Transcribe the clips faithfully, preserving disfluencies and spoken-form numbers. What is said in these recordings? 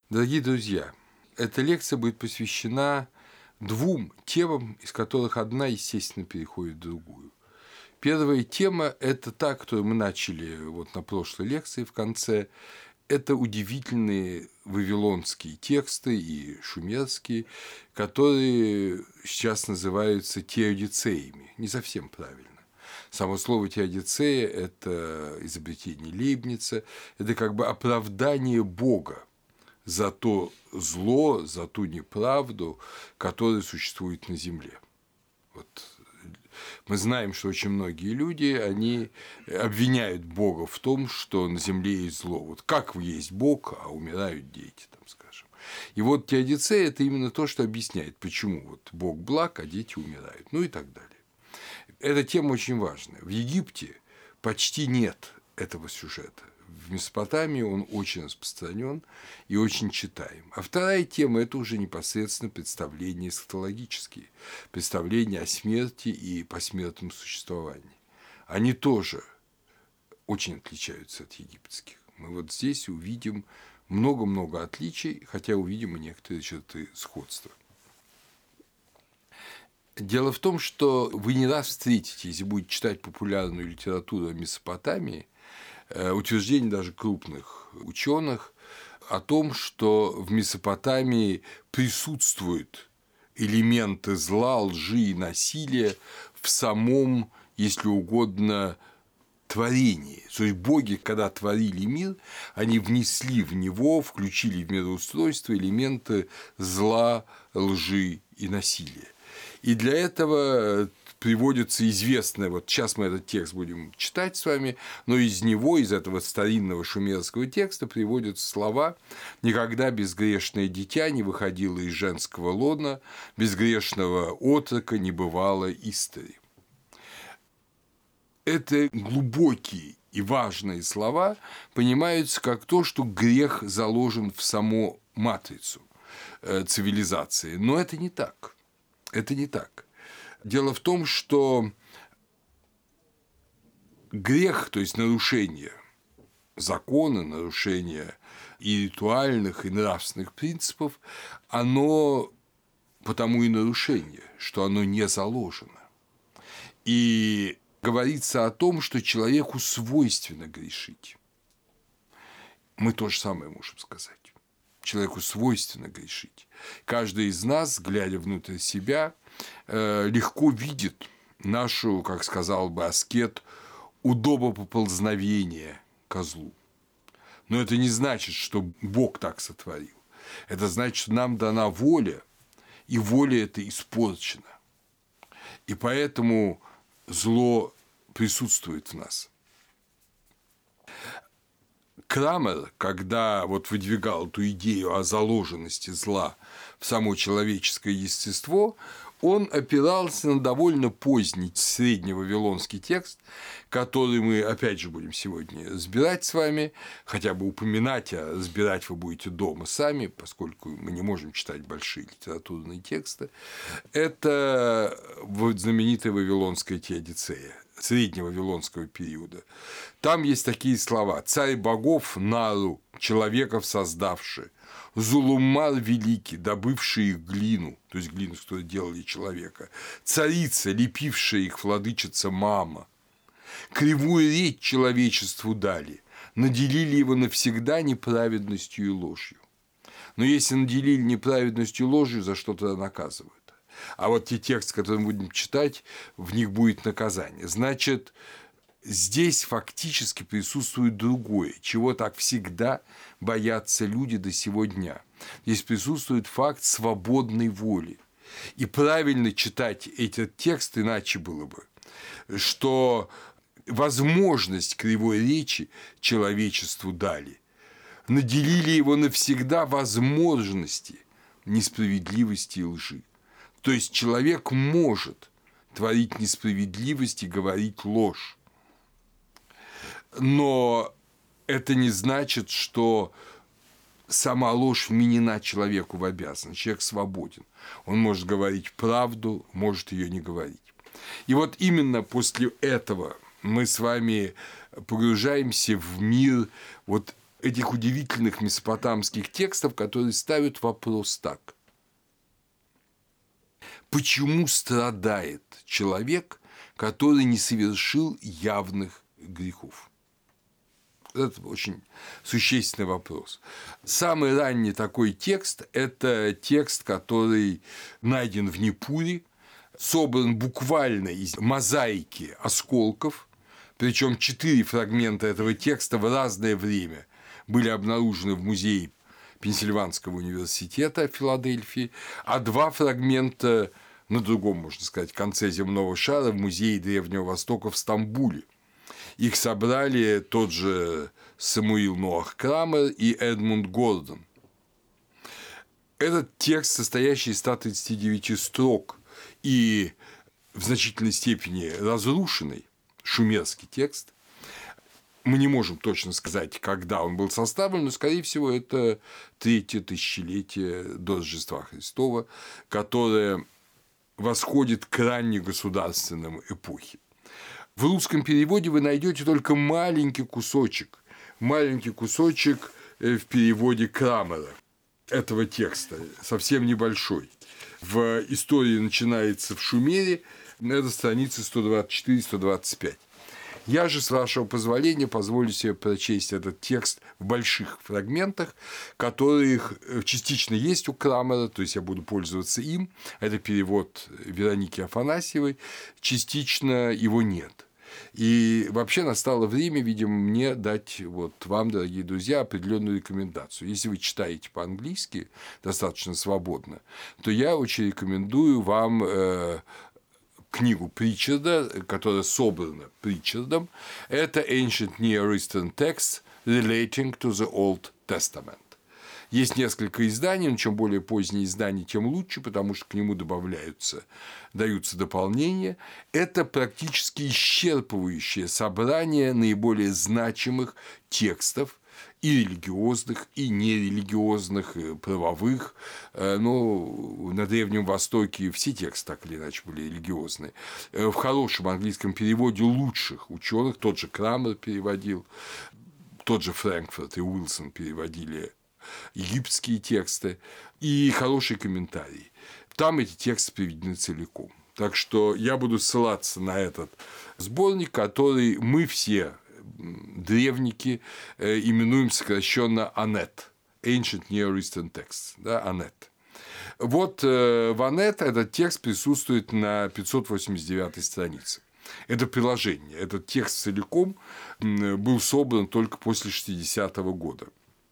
Дорогие друзья, эта лекция будет посвящена двум темам, из которых одна, естественно, переходит в другую. Первая тема – это та, которую мы начали вот на прошлой лекции в конце. Это удивительные вавилонские тексты и шумерские, которые сейчас называются теодицеями. Не совсем правильно. Само слово теодицея – это изобретение Лейбница, это как бы оправдание Бога за то зло, за ту неправду, которая существует на земле. Вот. Мы знаем, что очень многие люди, они обвиняют Бога в том, что на земле есть зло. Вот как есть Бог, а умирают дети, там, скажем. И вот теодицея – это именно то, что объясняет, почему вот Бог благ, а дети умирают, ну и так далее. Эта тема очень важная. В Египте почти нет этого сюжета. В Месопотамии он очень распространен и очень читаем. А вторая тема – это уже непосредственно представления эсхатологические, представления о смерти и посмертном существовании. Они тоже очень отличаются от египетских. Мы вот здесь увидим много-много отличий, хотя увидим и некоторые черты сходства. Дело в том, что вы не раз встретите, если будете читать популярную литературу о Месопотамии, утверждение даже крупных ученых о том, что в Месопотамии присутствуют элементы зла, лжи и насилия в самом, если угодно, творении. То есть боги, когда творили мир, они внесли в него, включили в мироустройство элементы зла, лжи и насилия. И для этого приводится известное, вот сейчас мы этот текст будем читать с вами, но из него, из этого старинного шумерского текста приводятся слова: «Никогда безгрешное дитя не выходило из женского лона, безгрешного отрока не бывало истори». Это глубокие и важные слова понимаются как то, что грех заложен в саму матрицу цивилизации, но это не так. Это не так. Дело в том, что грех, то есть нарушение закона, нарушение и ритуальных, и нравственных принципов, оно потому и нарушение, что оно не заложено. И говорится о том, что человеку свойственно грешить. Мы то же самое можем сказать. Человеку свойственно грешить. Каждый из нас, глядя внутрь себя, легко видит нашу, как сказал бы аскет, удобопоползновение ко злу. Но это не значит, что Бог так сотворил. Это значит, что нам дана воля, и воля эта испорчена. И поэтому зло присутствует в нас. Крамер, когда вот выдвигал эту идею о заложенности зла в само человеческое естество, он опирался на довольно поздний средневавилонский текст, который мы, опять же, будем сегодня разбирать с вами, хотя бы упоминать, а разбирать вы будете дома сами, поскольку мы не можем читать большие литературные тексты. Это вот знаменитая вавилонская теодицея среднего вавилонского периода. Там есть такие слова: «Царь богов Нару, человеков создавший, Зулуммар великий, добывший их глину», то есть глину, с которой делали человека, «царица, лепившая их, владычица Мама, кривую речь человечеству дали, наделили его навсегда неправедностью и ложью». Но если наделили неправедностью и ложью, за что тогда наказывают? А вот те тексты, которые мы будем читать, в них будет наказание. Значит, здесь фактически присутствует другое, чего так всегда боятся люди до сего дня. Здесь присутствует факт свободной воли. И правильно читать этот текст иначе было бы, что возможность кривой речи человечеству дали, наделили его навсегда возможности несправедливости и лжи. То есть человек может творить несправедливость и говорить ложь. Но это не значит, что сама ложь вменена человеку в обязанность. Человек свободен. Он может говорить правду, может ее не говорить. И вот именно после этого мы с вами погружаемся в мир вот этих удивительных месопотамских текстов, которые ставят вопрос так. Почему страдает человек, который не совершил явных грехов? Это очень существенный вопрос. Самый ранний такой текст – это текст, который найден в Непуре, собран буквально из мозаики осколков, причем четыре фрагмента этого текста в разное время были обнаружены в музее Пенсильванского университета в Филадельфии, а два фрагмента на другом, можно сказать, конце земного шара в музее Древнего Востока в Стамбуле. Их собрали тот же Самуил Ноах Крамер и Эдмунд Гордон. Этот текст, состоящий из ста тридцати девяти строк и в значительной степени разрушенный, шумерский текст, мы не можем точно сказать, когда он был составлен, но, скорее всего, это третье тысячелетие до Рождества Христова, которое восходит к раннегосударственным эпохе. В русском переводе вы найдете только маленький кусочек, маленький кусочек в переводе Крамера этого текста, совсем небольшой. В истории начинается в Шумере, это страницы сто двадцать четыре - сто двадцать пять. Я же, с вашего позволения, позволю себе прочесть этот текст в больших фрагментах, которых частично есть у Крамера, то есть я буду пользоваться им. Это перевод Вероники Афанасьевой, частично его нет. И вообще настало время, видимо, мне дать вот вам, дорогие друзья, определенную рекомендацию. Если вы читаете по-английски достаточно свободно, то я очень рекомендую вам э, книгу Причарда, которая собрана Причардом. Это Ancient Near Eastern Texts Relating to the Old Testament. Есть несколько изданий, но чем более поздние издания, тем лучше, потому что к нему добавляются, даются дополнения. Это практически исчерпывающее собрание наиболее значимых текстов, и религиозных, и нерелигиозных, и правовых. Ну, на Древнем Востоке все тексты так или иначе были религиозные. В хорошем английском переводе лучших ученых, тот же Крамер переводил, тот же Фрэнкфурт и Уилсон переводили египетские тексты, и хорошие комментарии. Там эти тексты приведены целиком. Так что я буду ссылаться на этот сборник, который мы все, древники, именуем сокращенно АНЕТ – Ancient Near Eastern Texts, да, АНЕТ. Вот в АНЕТ этот текст присутствует на пятьсот восемьдесят девятой странице. Это приложение. Этот текст целиком был собран только после шестидесятого года.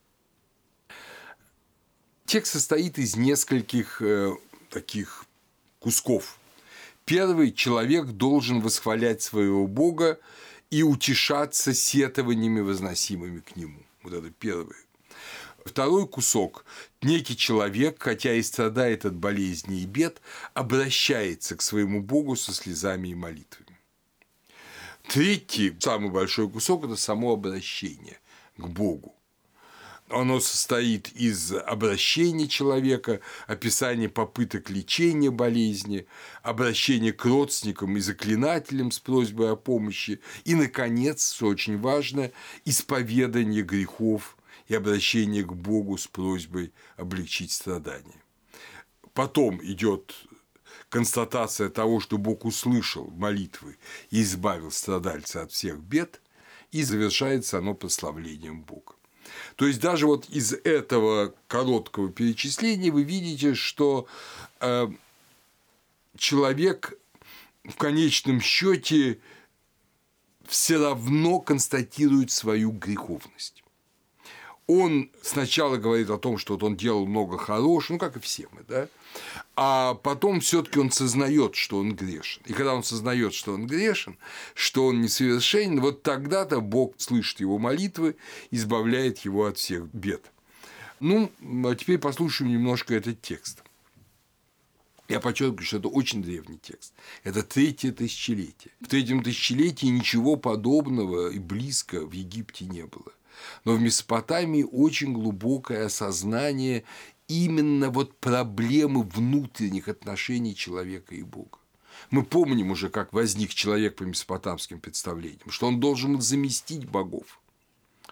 Текст состоит из нескольких э, таких кусков. Первый: человек должен восхвалять своего Бога и утешаться сетованиями, возносимыми к нему. Вот это первое. Второй кусок: некий человек, хотя и страдает от болезней и бед, обращается к своему Богу со слезами и молитвами. Третий, самый большой кусок – это само обращение к Богу. Оно состоит из обращения человека, описания попыток лечения болезни, обращения к родственникам и заклинателям с просьбой о помощи и, наконец, что очень важно, исповедание грехов и обращение к Богу с просьбой облегчить страдания. Потом идет констатация того, что Бог услышал молитвы и избавил страдальца от всех бед, и завершается оно прославлением Бога. То есть даже вот из этого короткого перечисления вы видите, что э, человек в конечном счете все равно констатирует свою греховность. Он сначала говорит о том, что вот он делал много хорошего, ну, как и все мы, да, а потом все-таки он сознает, что он грешен. И когда он сознает, что он грешен, что он несовершенен, вот тогда-то Бог слышит его молитвы, избавляет его от всех бед. Ну, а теперь послушаем немножко этот текст. Я подчеркиваю, что это очень древний текст. Это третье тысячелетие. В третьем тысячелетии ничего подобного и близко в Египте не было. Но в Месопотамии очень глубокое осознание именно вот проблемы внутренних отношений человека и Бога. Мы помним уже, как возник человек по месопотамским представлениям, что он должен заместить богов.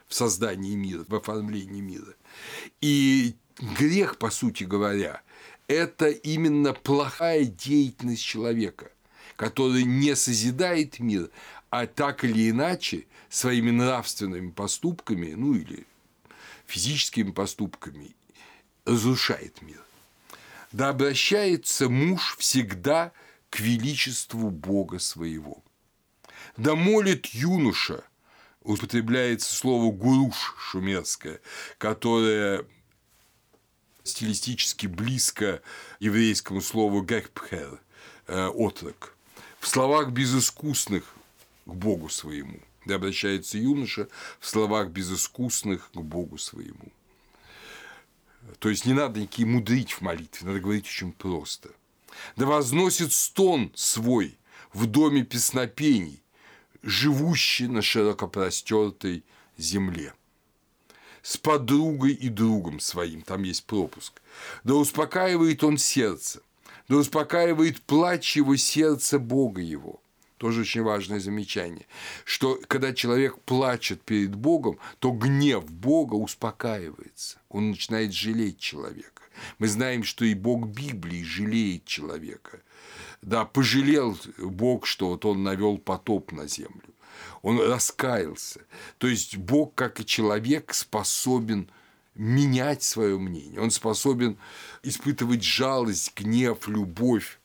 в создании мира, в оформлении мира. И грех, по сути говоря, это именно плохая деятельность человека, который не созидает мир, а так или иначе своими нравственными поступками, ну или физическими поступками разрушает мир. Да обращается муж всегда к величеству Бога своего. Да молит юноша, употребляется слово гуруш шумерское, которое стилистически близко еврейскому слову гекпхер, отрок. В словах безыскусных к Богу своему. Да обращается юноша в словах безыскусных к Богу своему. То есть не надо никакие мудрить в молитве, надо говорить очень просто. Да возносит стон свой в доме песнопений, живущий на широкопростертой земле. С подругой и другом своим, там есть пропуск. Да успокаивает он сердце, да успокаивает плач его сердца Бога его. Тоже очень важное замечание, что когда человек плачет перед Богом, то гнев Бога успокаивается, он начинает жалеть человека. Мы знаем, что и Бог Библии жалеет человека. Да, пожалел Бог, что вот он навел потоп на землю, он раскаялся. То есть Бог, как и человек, способен менять свое мнение, он способен испытывать жалость, гнев, любовь.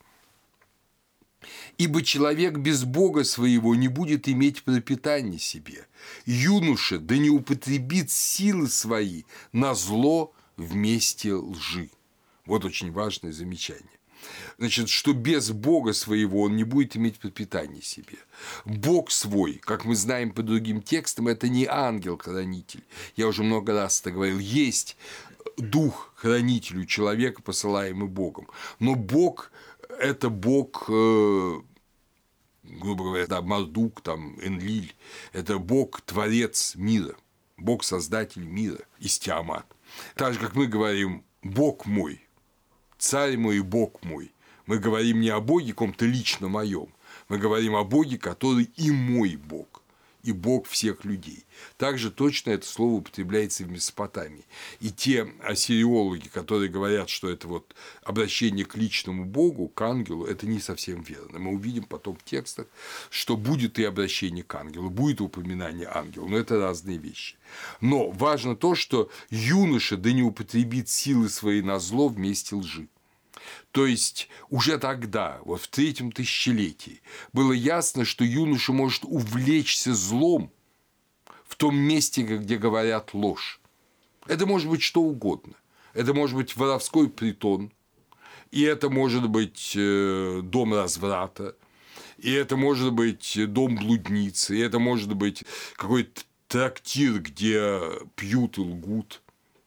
Ибо человек без Бога своего не будет иметь пропитания себе. Юноша да не употребит силы свои на зло вместе лжи. Вот очень важное замечание. Значит, что без Бога своего он не будет иметь пропитания себе. Бог свой, как мы знаем по другим текстам, это не ангел-хранитель. Я уже много раз это говорил. Есть дух-хранитель у человека, посылаемый Богом. Но Бог – это Бог, грубо говоря, да, Мардук, там, Энлиль. Это Бог – творец мира. Бог-создатель мира из Тиамат. Так же, как мы говорим «Бог мой», «Царь мой и Бог мой». Мы говорим не о Боге каком-то лично моем, мы говорим о Боге, который и мой Бог, и Бог всех людей. Также точно это слово употребляется в Месопотамии. И те ассириологи, которые говорят, что это вот обращение к личному Богу, к ангелу, это не совсем верно. Мы увидим потом в текстах, что будет и обращение к ангелу, будет упоминание ангела, но это разные вещи. Но важно то, что юноша да не употребит силы свои на зло вместе лжи. То есть уже тогда, вот в третьем тысячелетии, было ясно, что юноша может увлечься злом в том месте, где говорят ложь. Это может быть что угодно. Это может быть воровской притон, и это может быть дом разврата, и это может быть дом блудницы, и это может быть какой-то трактир, где пьют и лгут.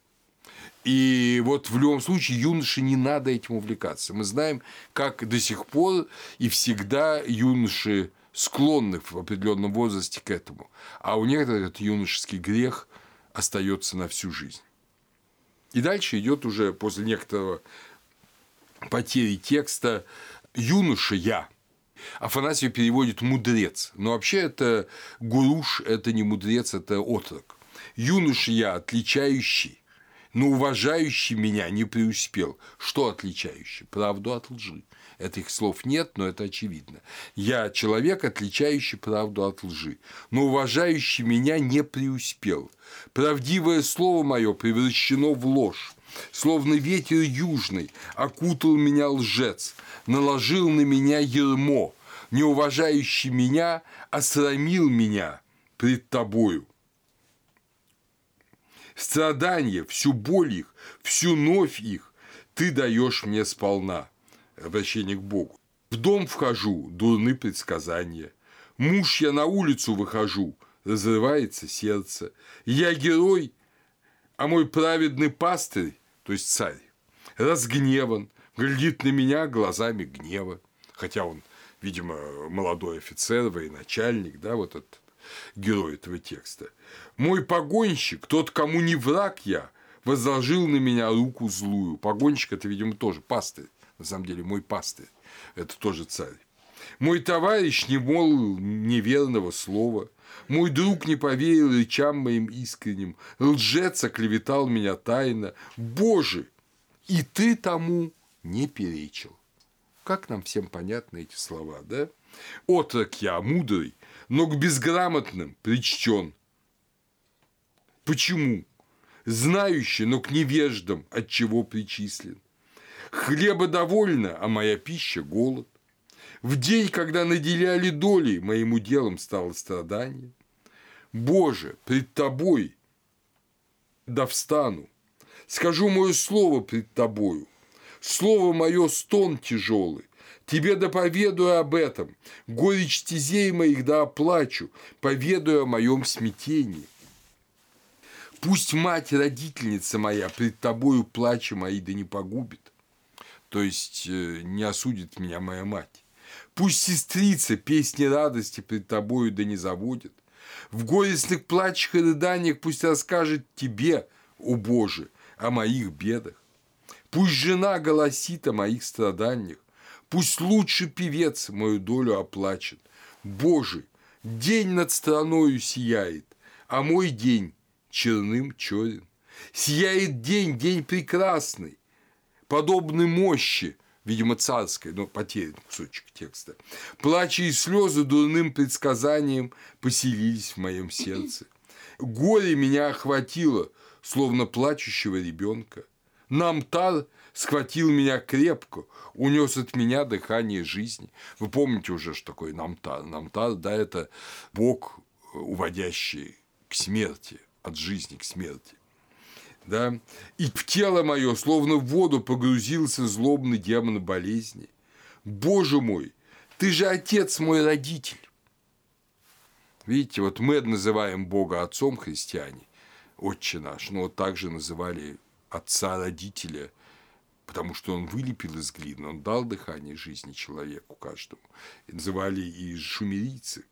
И вот в любом случае юноше не надо этим увлекаться. Мы знаем, как до сих пор и всегда юноши склонны в определенном возрасте к этому. А у некоторых этот юношеский грех остается на всю жизнь. И дальше идет уже после некоторого потери текста «юноша я». Афанасьев переводит «мудрец». Но вообще это гуруш, это не мудрец, это отрок. «Юноша я, отличающий, но уважающий меня не преуспел». Что отличающий? Правду от лжи. Этих слов нет, но это очевидно. Я человек, отличающий правду от лжи, но уважающий меня не преуспел. Правдивое слово мое превращено в ложь. Словно ветер южный окутал меня лжец, наложил на меня ярмо, неуважающий меня осрамил меня пред тобою. Страдания, всю боль их, всю новь их ты даешь мне сполна. Обращение к Богу. В дом вхожу, дурны предсказания. Муж я на улицу выхожу, разрывается сердце. Я герой, а мой праведный пастырь, то есть царь, разгневан, глядит на меня глазами гнева. Хотя он, видимо, молодой офицер, военачальник, да, вот этот герой этого текста. Мой погонщик, тот, кому не враг я, возложил на меня руку злую. Погонщик – это, видимо, тоже пастырь. На самом деле, мой пастырь – это тоже царь. Мой товарищ не молвил неверного слова, Мой друг не поверил речам моим искренним, лжец оклеветал меня тайно. Боже, и ты тому не перечил. Как нам всем понятны эти слова, да? Отрок я, мудрый, но к безграмотным причтен. Почему? Знающий, но к невеждам от чего причислен. Хлеба довольно, а моя пища – голод. В день, когда наделяли долей, моим уделом стало страдание. Боже, пред тобой да встану, скажу мое слово пред тобою, слово мое стон тяжелый, тебе да поведаю об этом, горечь стезей моих да оплачу, поведаю о моем смятении. Пусть мать, родительница моя, пред тобою плача мои да не погубит, то есть не осудит меня моя мать. Пусть сестрица песни радости пред тобою да не заводит. В горестных плачах и рыданиях пусть расскажет тебе, о Боже, о моих бедах. Пусть жена голосит о моих страданиях. Пусть лучший певец мою долю оплачет. Боже, день над страною сияет, а мой день черным черен. Сияет день, день прекрасный, подобный мощи, видимо, царской, но потерян кусочек текста. Плача и слезы дурным предсказанием поселились в моем сердце. Горе меня охватило, словно плачущего ребенка. Намтар схватил меня крепко, унес от меня дыхание жизни. Вы помните уже, что такое Намтар? Намтар, да, это бог, уводящий к смерти, от жизни к смерти. Да? И в тело мое, словно в воду, погрузился злобный демон болезни. Боже мой, ты же отец мой родитель. Видите, вот мы называем Бога отцом христиане, отче наш, но вот также называли отца родителя, потому что он вылепил из глины, он дал дыхание жизни человеку каждому. И называли и шумерийцы.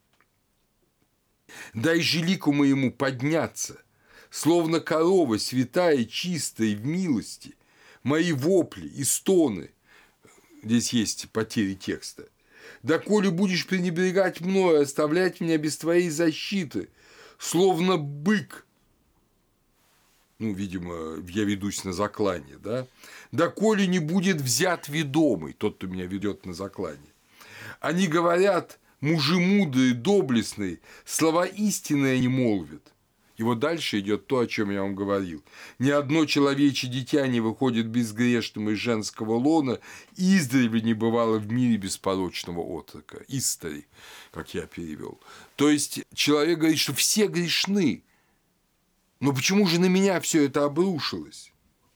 Дай же лику моему подняться, словно корова святая, чистая в милости, мои вопли и стоны, здесь есть потери текста, доколе будешь пренебрегать мною, оставлять меня без твоей защиты, словно бык, ну, видимо, я ведусь на заклание, да, доколе не будет взят ведомый, тот, кто меня ведет на заклание. Они говорят, мужи мудрые, доблестные, слова истинные они молвят. И вот дальше идет то, о чем я вам говорил. Ни одно человечье дитя не выходит безгрешным из женского лона, и издревле не бывало в мире беспорочного отрока. Истори, как я перевел. То есть человек говорит, что все грешны. Но почему же на меня все это обрушилось?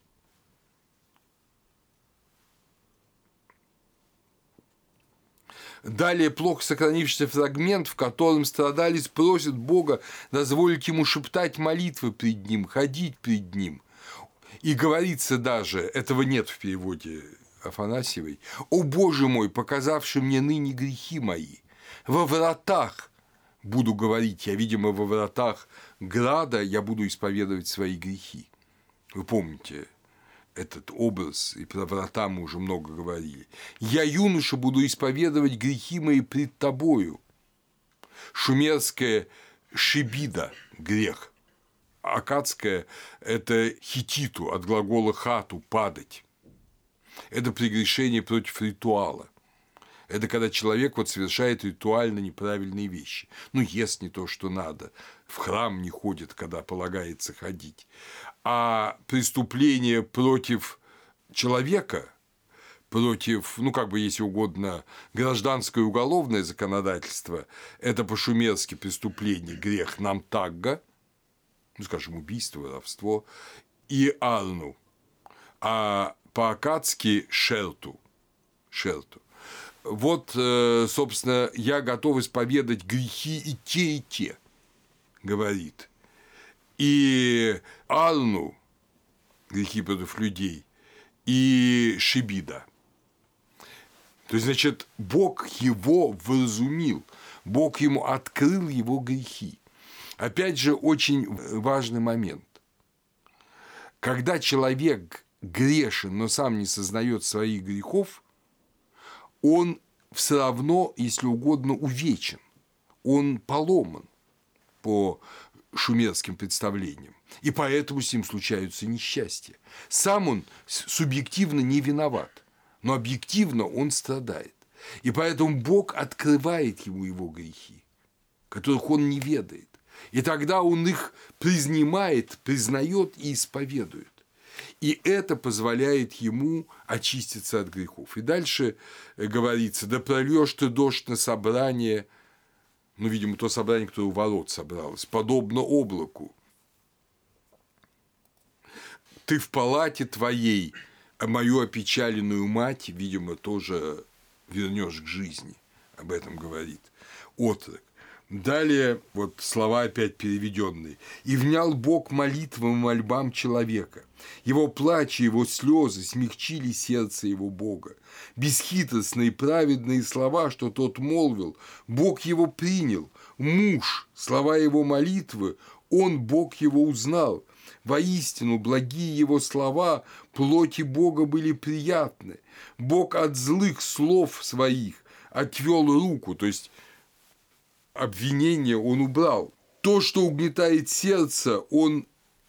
Далее плохо сохранившийся фрагмент, в котором страдалец просит Бога дозволить ему шептать молитвы пред ним, ходить пред ним. И говорится даже, этого нет в переводе Афанасьевой, «О Боже мой, показавший мне ныне грехи мои, во вратах буду говорить, я, видимо, во вратах града я буду исповедовать свои грехи». Вы помните этот образ, и про врата мы уже много говорили. «Я, юноша, буду исповедовать грехи мои пред тобою». Шумерская шибида – грех. Аккадская – это хититу, от глагола хату – падать. Это прегрешение против ритуала. Это когда человек вот совершает ритуально неправильные вещи. Ну, ест не то, что надо, в храм не ходит, когда полагается ходить. А преступление против человека, против, ну, как бы, если угодно, гражданское и уголовное законодательство, это по-шумерски преступление, грех намтагга, ну, скажем, убийство, воровство, и арну, а по-аккадски шерту, шерту. Вот, собственно, я готов исповедать грехи и те, и те, говорит. И арну, грехи против людей, и шибида. То есть, значит, Бог его вразумил, Бог ему открыл его грехи. Опять же, очень важный момент. Когда человек грешен, но сам не сознает своих грехов, он все равно, если угодно, увечен, он поломан. по шумерским представлениям. И поэтому с ним случаются несчастья. Сам он субъективно не виноват, но объективно он страдает. И поэтому Бог открывает ему его грехи, которых он не ведает. И тогда он их принимает, признает и исповедует. И это позволяет ему очиститься от грехов. И дальше говорится: да прольешь ты дождь на собрание, ну, видимо, то собрание, которое у ворот собралось, подобно облаку. Ты в палате твоей мою опечаленную мать, видимо, тоже вернешь к жизни. Об этом говорит отрок. Далее вот слова опять переведенные. «И внял Бог молитвам и мольбам человека. Его плач и его слезы смягчили сердце его Бога. Бесхитростные праведные слова, что тот молвил, Бог его принял. Муж, слова его молитвы, он, Бог его, узнал. Воистину, благие его слова плоти Бога были приятны. Бог от злых слов своих отвел руку», то есть обвинение он убрал. То, что угнетает сердце, он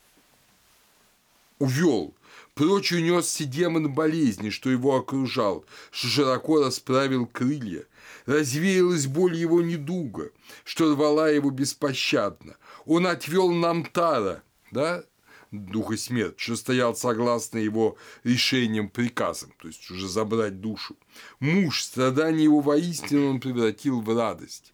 увел. Прочь унесся демон болезни, что его окружал, что широко расправил крылья. Развеялась боль его недуга, что рвала его беспощадно. Он отвел Намтара, да, духа смерти, что стоял согласно его решениям, приказам, то есть уже забрать душу. Муж, страдания его воистину он превратил в радость.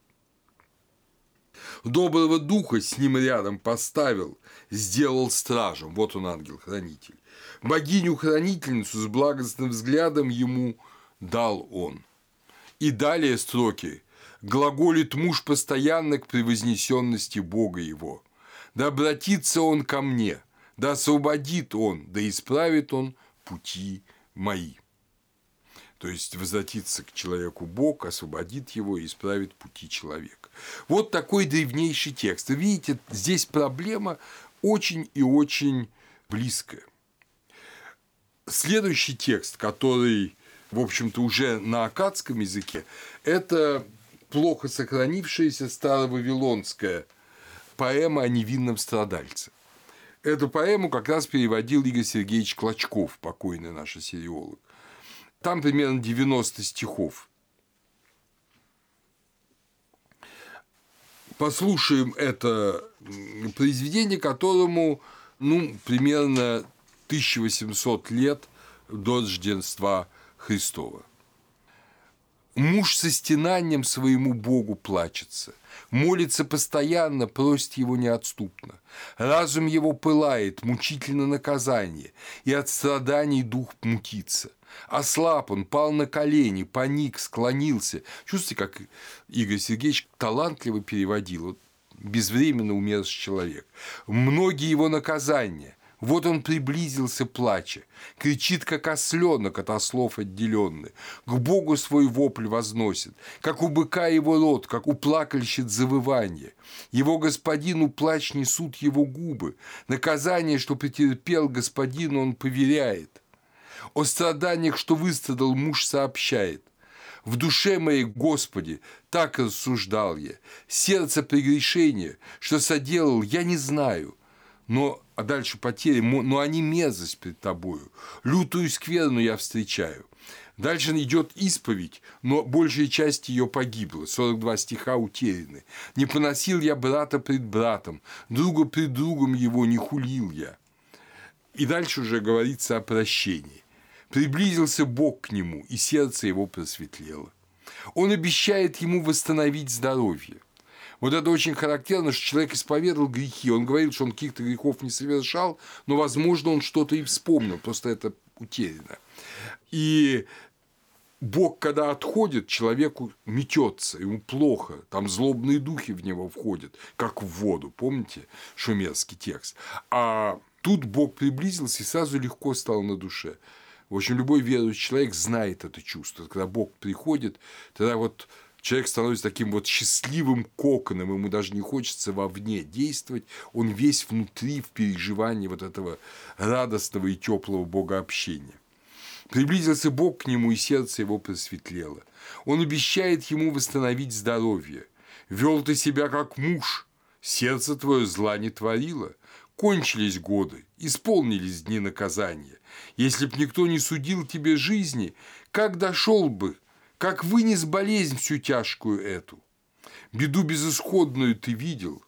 Доброго духа с ним рядом поставил, сделал стражем. Вот он, ангел-хранитель. Богиню-хранительницу с благостным взглядом ему дал он. И далее строки. Глаголит муж постоянно к превознесенности Бога его. Да обратится он ко мне, да освободит он, да исправит он пути мои. То есть возвратится к человеку Бог, освободит его и исправит пути человека. Вот такой древнейший текст. Вы видите, здесь проблема очень и очень близкая. Следующий текст, который, в общем-то, уже на аккадском языке, это плохо сохранившаяся старовавилонская поэма о невинном страдальце. Эту поэму как раз переводил Игорь Сергеевич Клочков, покойный наш ассириолог. Там примерно девяносто стихов. Послушаем это произведение, которому, ну, примерно тысяча восемьсот лет до Рождества Христова. Муж со стенанием своему Богу плачется, молится постоянно, просит его неотступно. Разум его пылает, мучительно наказание, и от страданий дух мутится. Ослаб он, пал на колени, паник, склонился. Чувствуете, как Игорь Сергеевич талантливо переводил, вот, безвременно умерший человек. Многие его наказания. Вот он приблизился, плача, кричит, как осленок от ослов отделенный, к Богу свой вопль возносит, как у быка его рот, как у плакальщиц завывание. Его господину плач несут его губы, наказание, что претерпел господину, он поверяет. О страданиях, что выстрадал, муж сообщает. В душе моей, Господи, так рассуждал я, сердце прегрешения, что соделал, я не знаю. Но, а дальше потери, но они мерзость пред тобою, лютую скверну я встречаю. Дальше идет исповедь, но большая часть ее погибла, сорок два стиха утеряны. Не поносил я брата пред братом, друга пред другом его не хулил я. И дальше уже говорится о прощении. Приблизился Бог к нему, и сердце его просветлело. Он обещает ему восстановить здоровье. Вот это очень характерно, что человек исповедовал грехи. Он говорил, что он каких-то грехов не совершал, но, возможно, он что-то и вспомнил, просто это утеряно. И Бог, когда отходит, человеку метется, ему плохо, там злобные духи в него входят, как в воду, помните шумерский текст. А тут Бог приблизился, и сразу легко стало на душе. В общем, любой верующий человек знает это чувство. Когда Бог приходит, тогда вот человек становится таким вот счастливым коконом, ему даже не хочется вовне действовать, он весь внутри в переживании вот этого радостного и теплого богообщения. Приблизился Бог к нему, и сердце его просветлело. Он обещает ему восстановить здоровье. Вел ты себя как муж, сердце твое зла не творило. Кончились годы, исполнились дни наказания. Если б никто не судил тебе жизни, как дошел бы, как вынес болезнь всю тяжкую эту? Беду безысходную ты видел.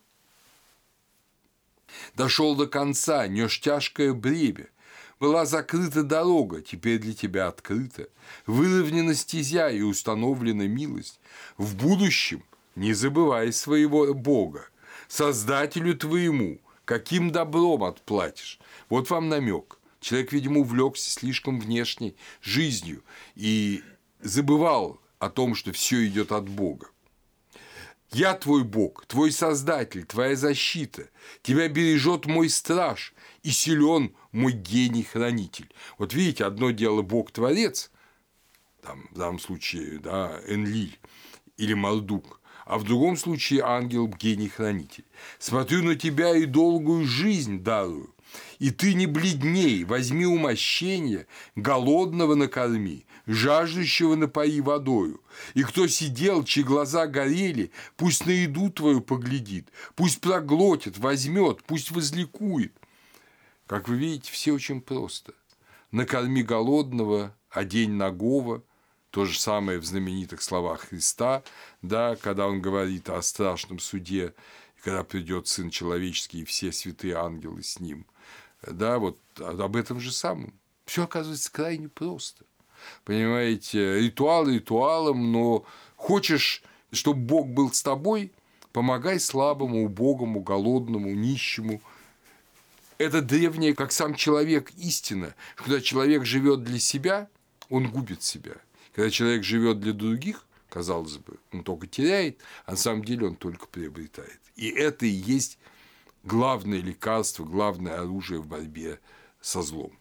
Дошел до конца, нёс тяжкое бремя. Была закрыта дорога, теперь для тебя открыта. Выровнена стезя и установлена милость. В будущем не забывай своего Бога. Создателю твоему каким добром отплатишь? Вот вам намек. Человек, видимо, увлекся слишком внешней жизнью и забывал о том, что все идет от Бога. Я твой Бог, твой Создатель, твоя защита. Тебя бережет мой страж, и силен мой гений-хранитель. Вот видите, одно дело Бог-творец, там, в данном случае, да, Энлиль или Мардук, а в другом случае ангел-гений-хранитель. Смотрю на тебя и долгую жизнь дарую, и ты не бледней, возьми умощение, голодного накорми, жаждущего напои водою. И кто сидел, чьи глаза горели, пусть на еду твою поглядит, пусть проглотит, возьмет, пусть возликует. Как вы видите, все очень просто. Накорми голодного, одень нагого. То же самое в знаменитых словах Христа, да, когда он говорит о страшном суде, когда придет Сын Человеческий и все святые ангелы с ним. Да, вот об этом же самом. Все оказывается крайне просто. Понимаете, ритуал ритуалом, но хочешь, чтобы Бог был с тобой, помогай слабому, убогому, голодному, нищему. Это древнее, как сам человек, истина. Когда человек живет для себя, он губит себя. Когда человек живет для других, казалось бы, он только теряет, а на самом деле он только приобретает. И это и есть главное лекарство, главное оружие в борьбе со злом.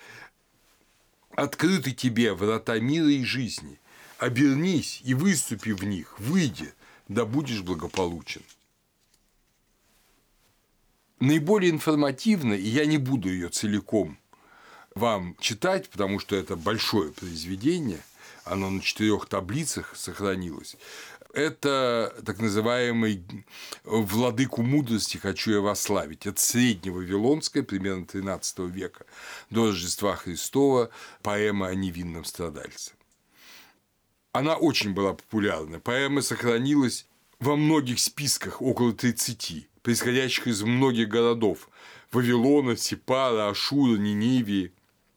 Открыты тебе врата мира и жизни. Обернись и выступи в них, выйди, да будешь благополучен. Наиболее информативно, и я не буду ее целиком вам читать, потому что это большое произведение, оно на четырех таблицах сохранилось. Это так называемый «Владыку мудрости хочу я восславить». Это средневавилонская, примерно тринадцатого века, до Рождества Христова, поэма о невинном страдальце. Она очень была популярна. Поэма сохранилась во многих списках, около тридцати, происходящих из многих городов – Вавилона, Сепара, Ашура, Ниневии.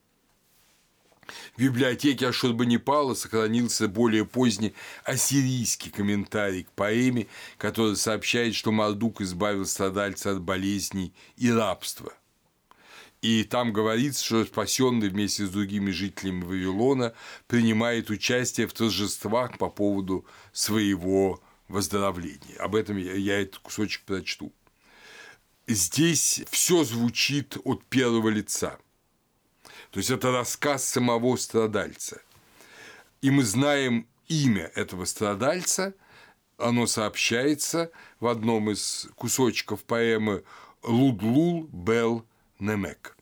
В библиотеке Ашурбанипала сохранился более поздний ассирийский комментарий к поэме, который сообщает, что Мардук избавил страдальца от болезней и рабства. И там говорится, что спасенный вместе с другими жителями Вавилона принимает участие в торжествах по поводу своего выздоровления. Об этом я, я этот кусочек прочту. Здесь все звучит от первого лица. То есть это рассказ самого страдальца. И мы знаем имя этого страдальца, оно сообщается в одном из кусочков поэмы «Лудлул Бел Немек».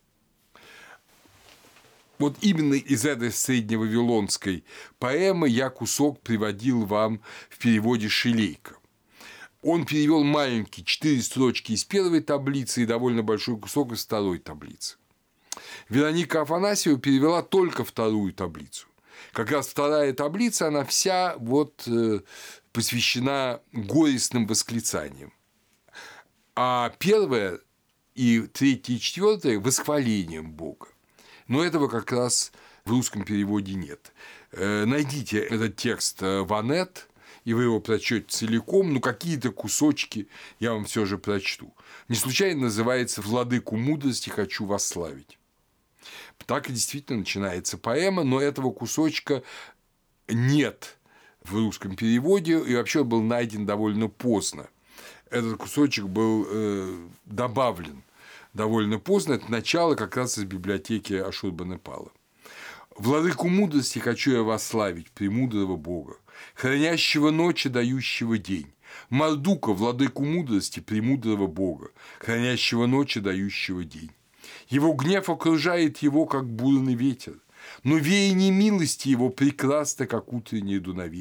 Вот именно из этой средневавилонской поэмы я кусок приводил вам в переводе Шилейко. Он перевел маленькие четыре строчки из первой таблицы и довольно большой кусок из второй таблицы. Вероника Афанасьева перевела только вторую таблицу. Как раз вторая таблица, она вся вот посвящена горестным восклицаниям. А первая и третья и четвертая – восхвалением Бога. Но этого как раз в русском переводе нет. Найдите этот текст в Анет, и вы его прочтете целиком, но какие-то кусочки я вам все же прочту. Не случайно называется «Владыку мудрости хочу восславить». Так и действительно начинается поэма, но этого кусочка нет в русском переводе, и вообще был найден довольно поздно. Этот кусочек был э, добавлен довольно поздно, это начало как раз из библиотеки Ашурбанипала. «Владыку мудрости хочу я восславить, премудрого Бога, хранящего ночи, дающего день, Мардука, владыку мудрости, премудрого Бога, хранящего ночи, дающего день. Его гнев окружает его, как бурный ветер, но веяние милости его прекрасно, как утреннее дуновение.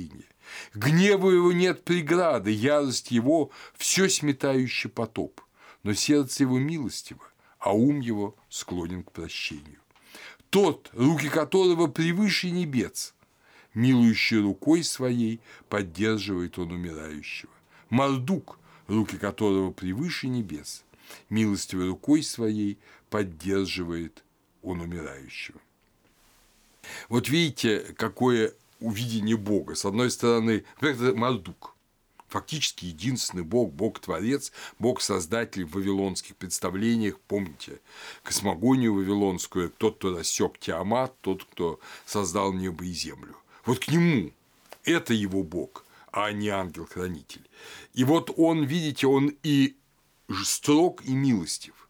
Гневу его нет преграды, ярость его – все сметающий потоп. Но сердце его милостиво, а ум его склонен к прощению. Тот, руки которого превыше небес, милующей рукой своей поддерживает он умирающего. Мардук, руки которого превыше небес, милостивой рукой своей поддерживает он умирающего. Вот видите, какое увидение Бога. С одной стороны, это Мардук, фактически единственный Бог, Бог-творец, Бог-создатель в вавилонских представлениях. Помните космогонию вавилонскую: тот, кто рассек Тиамат, тот, кто создал небо и землю. Вот к нему это его Бог, а не ангел-хранитель. И вот он, видите, он и строг, и милостив.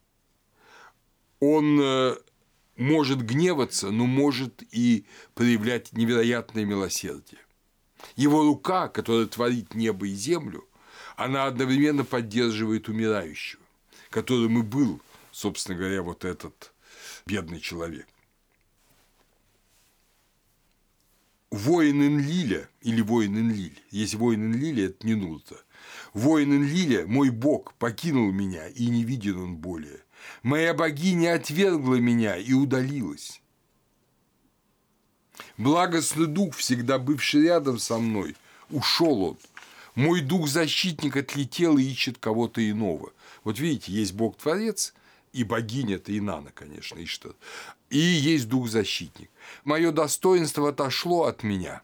Он может гневаться, но может и проявлять невероятное милосердие. Его рука, которая творит небо и землю, она одновременно поддерживает умирающего, которым и был, собственно говоря, вот этот бедный человек. Воин Энлиля, или воин Энлиль, есть воин Энлиля, это Нинурта. Воин Энлиля, мой бог, покинул меня, и не виден он более. Моя богиня отвергла меня и удалилась. Благостный дух, всегда бывший рядом со мной, ушел он. Мой дух-защитник отлетел и ищет кого-то иного. Вот видите, есть Бог-творец, и богиня-то Инанна, конечно, Иштар, и есть дух-защитник. Мое достоинство отошло от меня,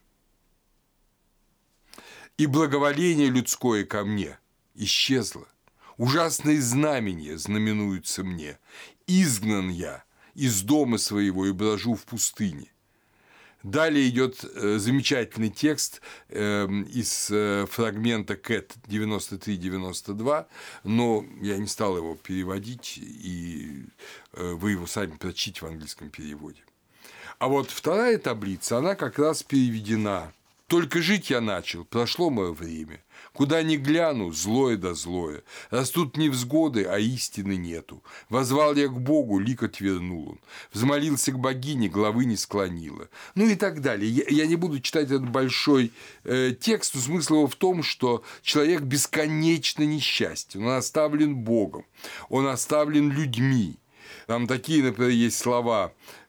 и благоволение людское ко мне исчезло. Ужасные знамения знаменуются мне. Изгнан я из дома своего и брожу в пустыне. Далее идет замечательный текст из фрагмента Кэт девяносто три девяносто два, но я не стал его переводить, и вы его сами прочтите в английском переводе. А вот вторая таблица, она как раз переведена. «Только жить я начал, прошло мое время. Куда ни гляну, злое да злое. Растут невзгоды, а истины нету. Возвал я к Богу, лик отвернул он. Взмолился к богине, главы не склонила». Ну и так далее. Я, я не буду читать этот большой э, текст, но смысл его в том, что человек бесконечно несчастен. Он оставлен Богом, он оставлен людьми. Там такие, например, есть слова: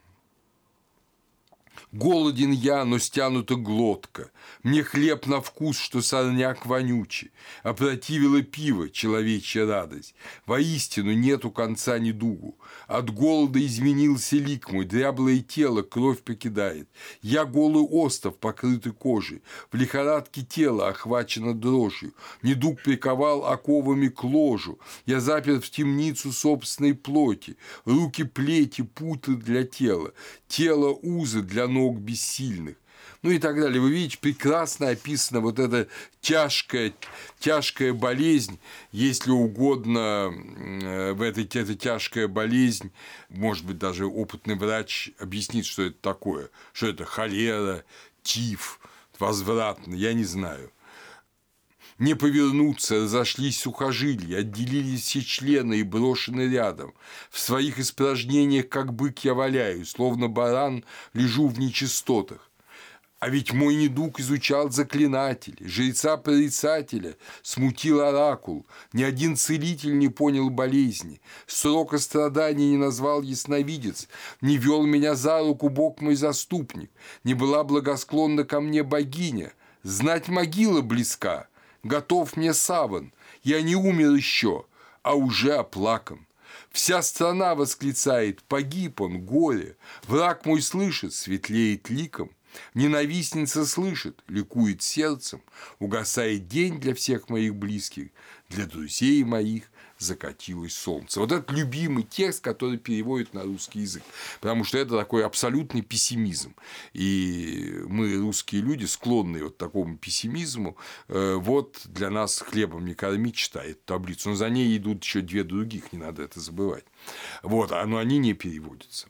«Голоден я, но стянута глотка, мне хлеб на вкус, что сорняк вонючий, опротивило пиво, человечья радость. Воистину нету конца недугу, от голода изменился лик мой, дряблое тело кровь покидает. Я голый остов, покрытый кожей, в лихорадке тело охвачено дрожью, недуг приковал оковами к ложу, я заперт в темницу собственной плоти, руки плети, путы для тела, тело узы для ног бессильных». Ну и так далее. Вы видите, прекрасно описана вот эта тяжкая, тяжкая болезнь, если угодно, в этой эта тяжкая болезнь, может быть, даже опытный врач объяснит, что это такое, что это холера, тиф, возвратно, я не знаю. Не повернуться, разошлись сухожилия, отделились все члены и брошены рядом. В своих испражнениях, как бык, я валяюсь, словно баран лежу в нечистотах. А ведь мой недуг изучал заклинатель, жреца-прорицателя, смутил оракул, ни один целитель не понял болезни, срока страданий не назвал ясновидец, не вел меня за руку Бог мой заступник, не была благосклонна ко мне богиня, знать могила близка, готов мне саван, я не умер еще, а уже оплакан. Вся страна восклицает: погиб он, горе, враг мой слышит, светлеет ликом. Ненавистница слышит, ликует сердцем, угасает день для всех моих близких, для друзей моих закатилось солнце. Вот это любимый текст, который переводит на русский язык, потому что это такой абсолютный пессимизм. И мы, русские люди, склонные вот к такому пессимизму. Вот для нас хлебом не корми, читай эту таблицу. Но за ней идут еще две других, не надо это забывать. Вот, но они не переводятся.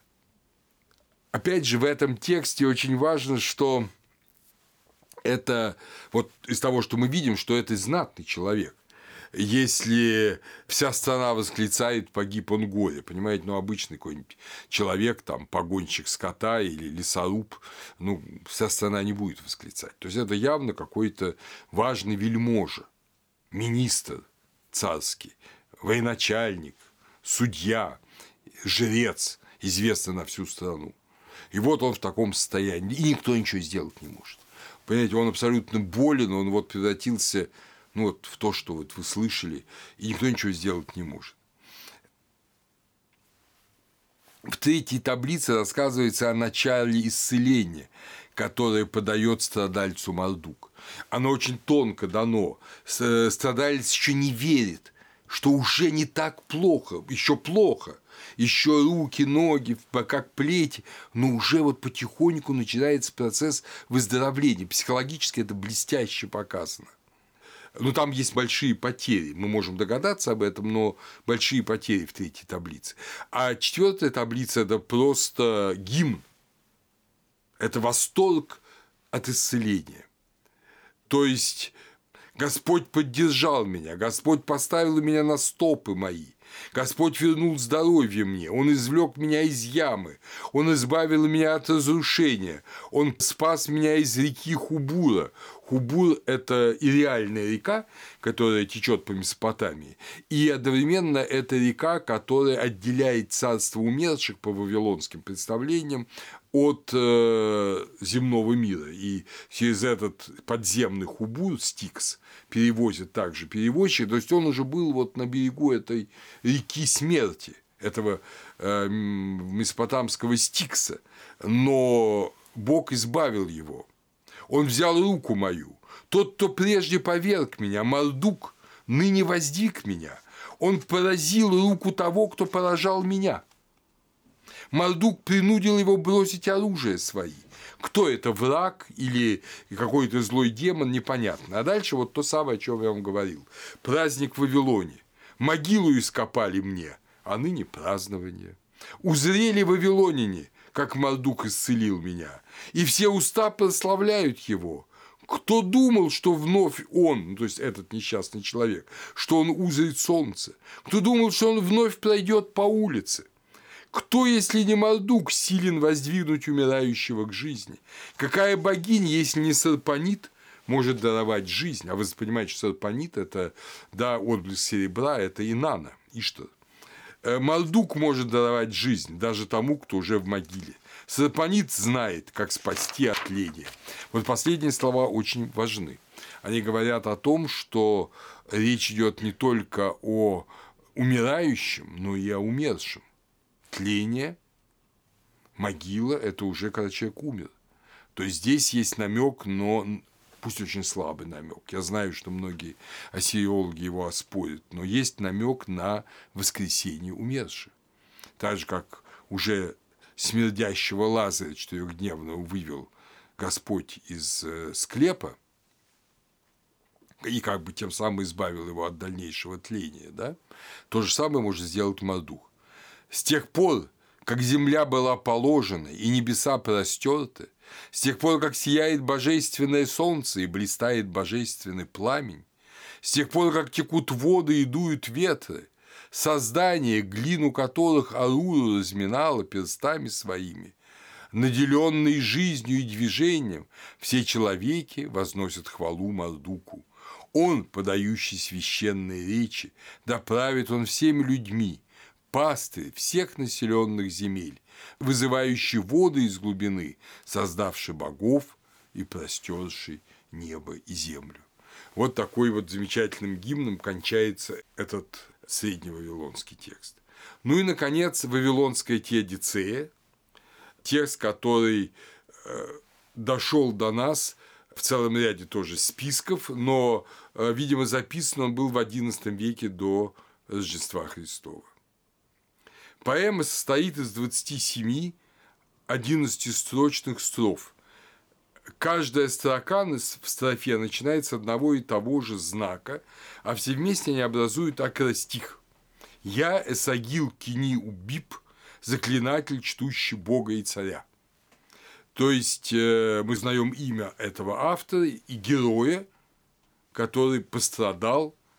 Опять же, в этом тексте очень важно, что это, вот из того, что мы видим, что это знатный человек. Если вся страна восклицает «погиб он горе», понимаете, ну, обычный какой-нибудь человек, там, погонщик скота или лесоруб, ну, вся страна не будет восклицать. То есть, это явно какой-то важный вельможа, министр царский, военачальник, судья, жрец, известный на всю страну. И вот он в таком состоянии, и никто ничего сделать не может. Понимаете, он абсолютно болен, он вот превратился, ну, вот в то, что вот вы слышали, и никто ничего сделать не может. В третьей таблице рассказывается о начале исцеления, которое подает страдальцу Мардук. Оно очень тонко дано. Страдалец еще не верит, что уже не так плохо, еще плохо, еще руки, ноги, как плети, но уже вот потихоньку начинается процесс выздоровления. Психологически это блестяще показано. Ну, там есть большие потери, мы можем догадаться об этом, но большие потери в третьей таблице. А четвертая таблица – это просто гимн, это восторг от исцеления. То есть Господь поддержал меня, Господь поставил меня на стопы мои, Господь вернул здоровье мне, Он извлек меня из ямы, Он избавил меня от разрушения, Он спас меня из реки Хубура. Хубур – это и реальная река, которая течет по Месопотамии, и одновременно это река, которая отделяет царство умерших по вавилонским представлениям от э, земного мира. И через этот подземный Хубур, Стикс, перевозит также перевозчик, то есть он уже был вот на берегу этой реки смерти, этого э, месопотамского Стикса, но Бог избавил его. Он взял руку мою. Тот, кто прежде поверг меня, Мардук, ныне воздвиг меня. Он поразил руку того, кто поражал меня. Мардук принудил его бросить оружие свои. Кто это, враг или какой-то злой демон, непонятно. А дальше вот то самое, о чем я вам говорил. Праздник в Вавилоне. Могилу ископали мне, а ныне празднование. Узрели вавилоняне, как Мардук исцелил меня, и все уста прославляют его. Кто думал, что вновь он, то есть этот несчастный человек, что он узрит солнце? Кто думал, что он вновь пройдет по улице? Кто, если не Мардук, силен воздвигнуть умирающего к жизни? Какая богиня, если не Сарпанит, может даровать жизнь? А вы понимаете, что Сарпанит – это, да, отблеск серебра, это Инанна, Иштар. Мардук может даровать жизнь даже тому, кто уже в могиле. Сарпанит знает, как спасти от тления. Вот последние слова очень важны. Они говорят о том, что речь идет не только о умирающем, но и о умершем. Тление, могила – это уже когда человек умер. То есть здесь есть намек, но пусть очень слабый намек. Я знаю, что многие ассириологи его оспорят, но есть намек на воскресение умерших. Так же, как уже смердящего Лазаря четырехдневного вывел Господь из склепа и как бы тем самым избавил его от дальнейшего тления, да? То же самое может сделать Мардук. С тех пор, как земля была положена и небеса простерты, с тех пор, как сияет божественное солнце и блистает божественный пламень, с тех пор, как текут воды и дуют ветры, создание, глину которых Арура разминала перстами своими, наделенные жизнью и движением, все человеки возносят хвалу Мардуку. Он, подающий священные речи, да правит он всеми людьми, пастырь всех населенных земель, вызывающий воды из глубины, создавший богов и простерший небо и землю. Вот такой вот замечательным гимном кончается этот средневавилонский текст. Ну и, наконец, вавилонская теодицея, текст, который дошел до нас в целом ряде тоже списков, но, видимо, записан он был в одиннадцатом веке до Рождества Христова. Поэма состоит из двадцати семи одиннадцатистрочных строф. Каждая строка в строфе начинается с одного и того же знака, а все вместе они образуют акростих. «Я Эсагил Кини Убиб, заклинатель, чтущий Бога и царя». То есть мы знаем имя этого автора и героя, который пострадал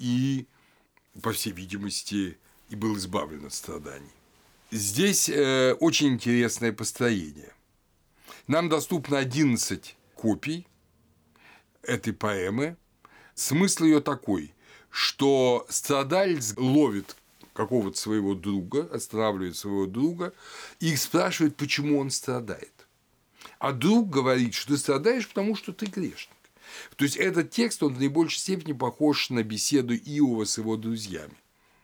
и, по всей видимости, и был избавлен от страданий. Здесь э, очень интересное построение. Нам доступно одиннадцать копий этой поэмы. Смысл ее такой, что страдалец ловит какого-то своего друга, останавливает своего друга и спрашивает, почему он страдает. А друг говорит, что ты страдаешь, потому что ты грешник. То есть этот текст, он в наибольшей степени похож на беседу Иова с его друзьями.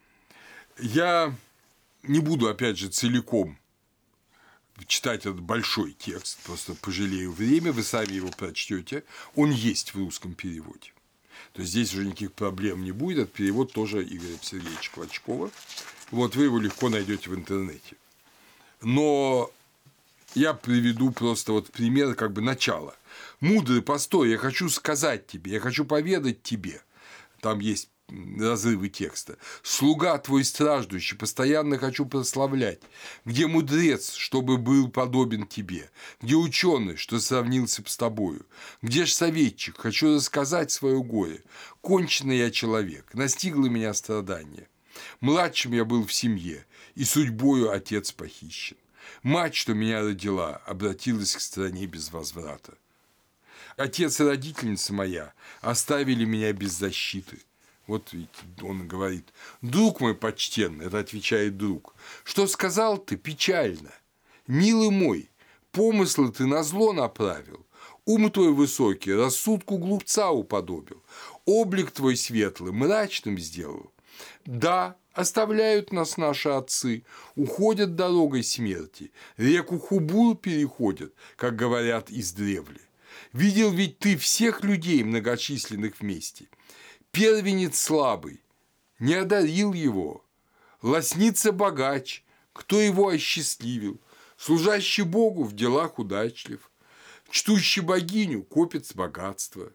Я не буду, опять же, целиком читать этот большой текст, просто пожалею время, вы сами его прочтете. Он есть в русском переводе. То есть здесь уже никаких проблем не будет. Этот перевод тоже Игоря Сергеевича Клочкова. Вот вы его легко найдете в интернете. Но я приведу просто вот пример как бы начала. «Мудрый, постой, я хочу сказать тебе, я хочу поведать тебе». Там есть разрывы текста. «Слуга твой страждущий, постоянно хочу прославлять. Где мудрец, чтобы был подобен тебе? Где ученый, что сравнился с тобою? Где ж советчик? Хочу рассказать свое горе. Конченый я человек, настигло меня страдание. Младшим я был в семье, и судьбою отец похищен. Мать, что меня родила, обратилась к стране без возврата. Отец и родительница моя оставили меня без защиты». Вот ведь он говорит: «Друг мой почтенный», это отвечает друг, «что сказал ты печально? Милый мой, помыслы ты на зло направил, ум твой высокий рассудку глупца уподобил, облик твой светлый мрачным сделал. Да, оставляют нас наши отцы, уходят дорогой смерти, реку Хубур переходят, как говорят издревле. Видел ведь ты всех людей, многочисленных вместе. Первенец слабый, не одарил его, лосница богач, кто его осчастливил, служащий Богу в делах удачлив, чтущий богиню копит богатство».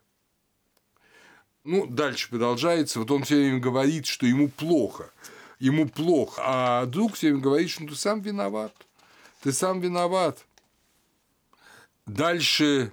Ну, дальше продолжается. Вот он все время говорит, что ему плохо, ему плохо, а друг все время говорит, что ты сам виноват, ты сам виноват. Дальше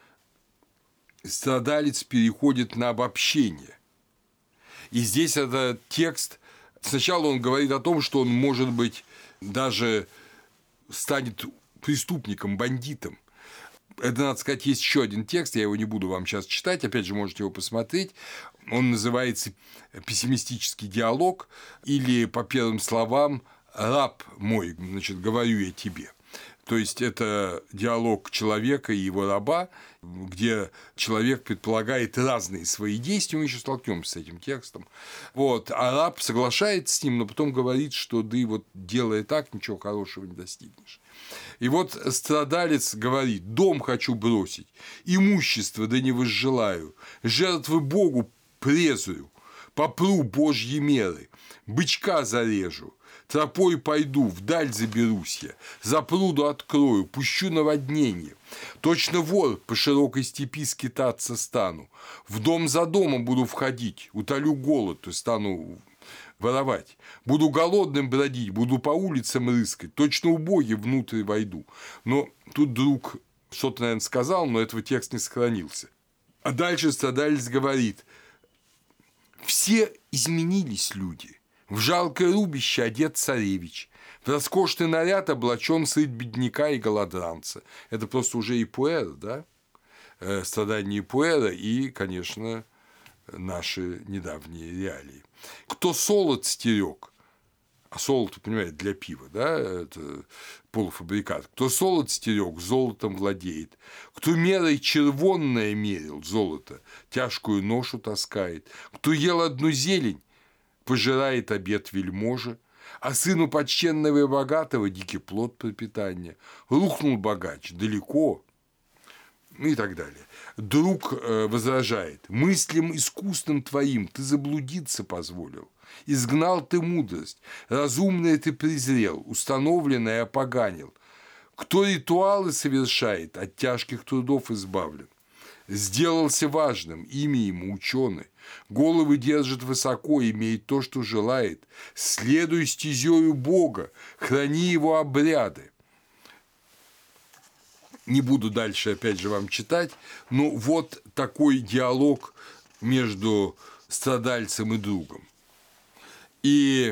страдалец переходит на обобщение. И здесь этот текст, сначала он говорит о том, что он, может быть, даже станет преступником, бандитом. Это, надо сказать, есть еще один текст, я его не буду вам сейчас читать, опять же, можете его посмотреть. Он называется «Пессимистический диалог» или, по первым словам, «Раб мой, значит, говорю я тебе». То есть это диалог человека и его раба, где человек предполагает разные свои действия, мы еще столкнемся с этим текстом. Вот. А раб соглашается с ним, но потом говорит, что да и вот делая так, ничего хорошего не достигнешь. И вот страдалец говорит: «Дом хочу бросить, имущество да не возжелаю, жертвы Богу презрю, попру Божьи меры, бычка зарежу, тропой пойду, вдаль заберусь я, за пруду открою, пущу наводнение. Точно вор по широкой степи скитаться стану, в дом за домом буду входить, утолю голод, то есть стану воровать. Буду голодным бродить, буду по улицам рыскать, точно убоги внутрь войду». Но тут друг что-то, наверное, сказал, но этого текст не сохранился. А дальше страдалец говорит: «Все изменились люди. В жалкое рубище одет царевич, в роскошный наряд облачен сыт бедняка и голодранца». Это просто уже и Пуэр, да? Э, страдания Пуэра и, конечно, наши недавние реалии. «Кто солод стерег», а солод, вы понимаете, для пива, да, это полуфабрикат. «Кто солод стерег, золотом владеет. Кто мерой червонное мерил золото, тяжкую ношу таскает. Кто ел одну зелень, пожирает обед вельможи, а сыну почтенного и богатого дикий плод пропитания. Рухнул богач далеко». И так далее. Друг возражает: «Мыслям искусным твоим ты заблудиться позволил. Изгнал ты мудрость, разумное ты презрел, установленное опоганил. Кто ритуалы совершает, от тяжких трудов избавлен. Сделался важным, имя ему ученый. Головы держит высоко, имеет то, что желает. Следуй стезею Бога, храни его обряды». Не буду дальше, опять же, вам читать, но вот такой диалог между страдальцем и другом. И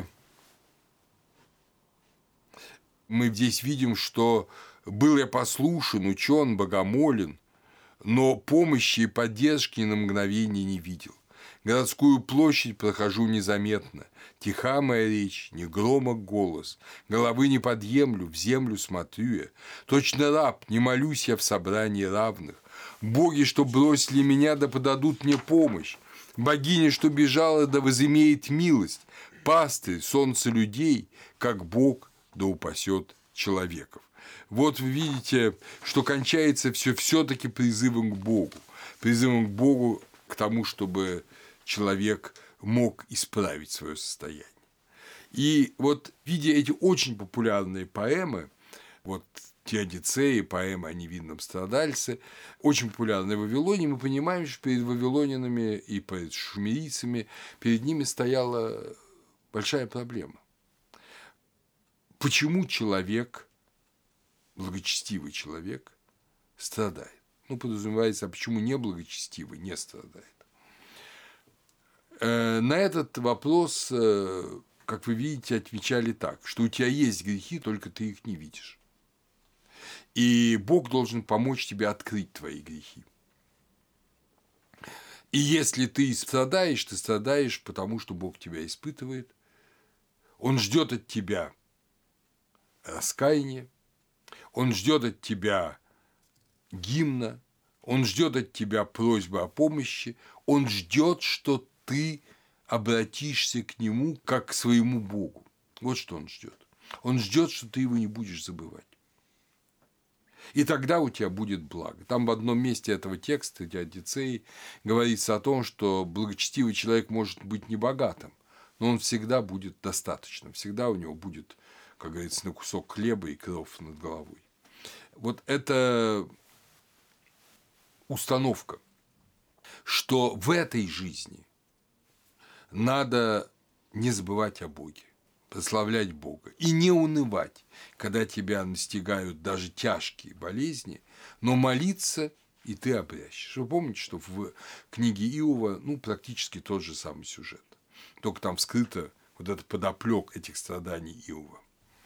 мы здесь видим, что был я послушен, учен, богомолен, но помощи и поддержки ни на мгновение не видел. Городскую площадь прохожу незаметно, тиха моя речь, не громок голос, головы не подъемлю, в землю смотрю я. Точно раб, не молюсь я в собрании равных. Боги, что бросили меня, да подадут мне помощь. Богиня, что бежала, да возымеет милость. Пастырь, солнце людей, как Бог, да упасет человеков. Вот вы видите, что кончается все все-таки призывом к Богу, призывом к Богу к тому, чтобы человек мог исправить свое состояние. И вот, видя эти очень популярные поэмы, вот Теодицея, поэма о невинном страдальце, очень популярные в Вавилоне, мы понимаем, что перед вавилонянами и перед шумерийцами, перед ними стояла большая проблема. Почему человек, благочестивый человек, страдает? Ну, подразумевается, а почему неблагочестивый не страдает? На этот вопрос, как вы видите, отвечали так, что у тебя есть грехи, только ты их не видишь. И Бог должен помочь тебе открыть твои грехи. И если ты страдаешь, ты страдаешь, потому что Бог тебя испытывает. Он ждет от тебя раскаяния, Он ждет от тебя гимна, Он ждет от тебя просьбы о помощи, Он ждет, что ты обратишься к Нему как к своему Богу. Вот что Он ждет. Он ждет, что ты Его не будешь забывать. И тогда у тебя будет благо. Там в одном месте этого текста, Теодицеи, говорится о том, что благочестивый человек может быть небогатым, но он всегда будет достаточным, всегда у него будет, как говорится, на кусок хлеба и кров над головой. Вот это установка, что в этой жизни надо не забывать о Боге, прославлять Бога и не унывать, когда тебя настигают даже тяжкие болезни, но молиться, и ты обрящешь. Вы помните, что в книге Иова ну, практически тот же самый сюжет, только там вскрыто вот этот подоплек этих страданий Иова.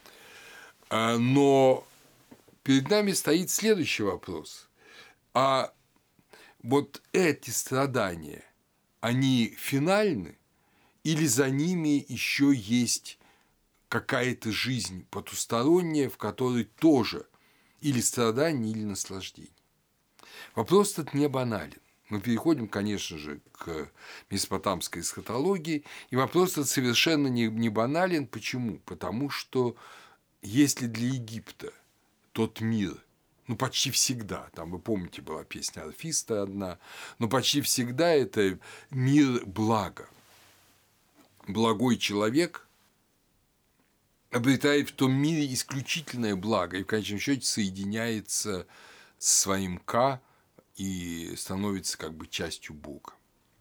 Но перед нами стоит следующий вопрос. А вот эти страдания, они финальны или за ними еще есть какая-то жизнь потусторонняя, в которой тоже или страдание, или наслаждение? Вопрос этот не банален. Мы переходим, конечно же, к месопотамской эсхатологии, и вопрос этот совершенно не, не банален. Почему? Потому что если для Египта тот мир, ну, почти всегда, там, вы помните, была песня Орфиста одна, но почти всегда это мир блага. Благой человек обретает в том мире исключительное благо и в конечном счете соединяется со своим Ка и становится как бы частью Бога.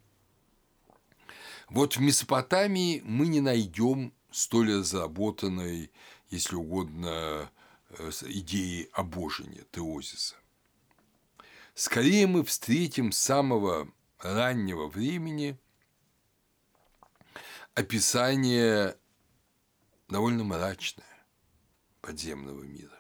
Вот в Месопотамии мы не найдем столь разработанной, если угодно, идеи обожения, теозиса. Скорее мы встретим с самого раннего времени описание довольно мрачное подземного мира.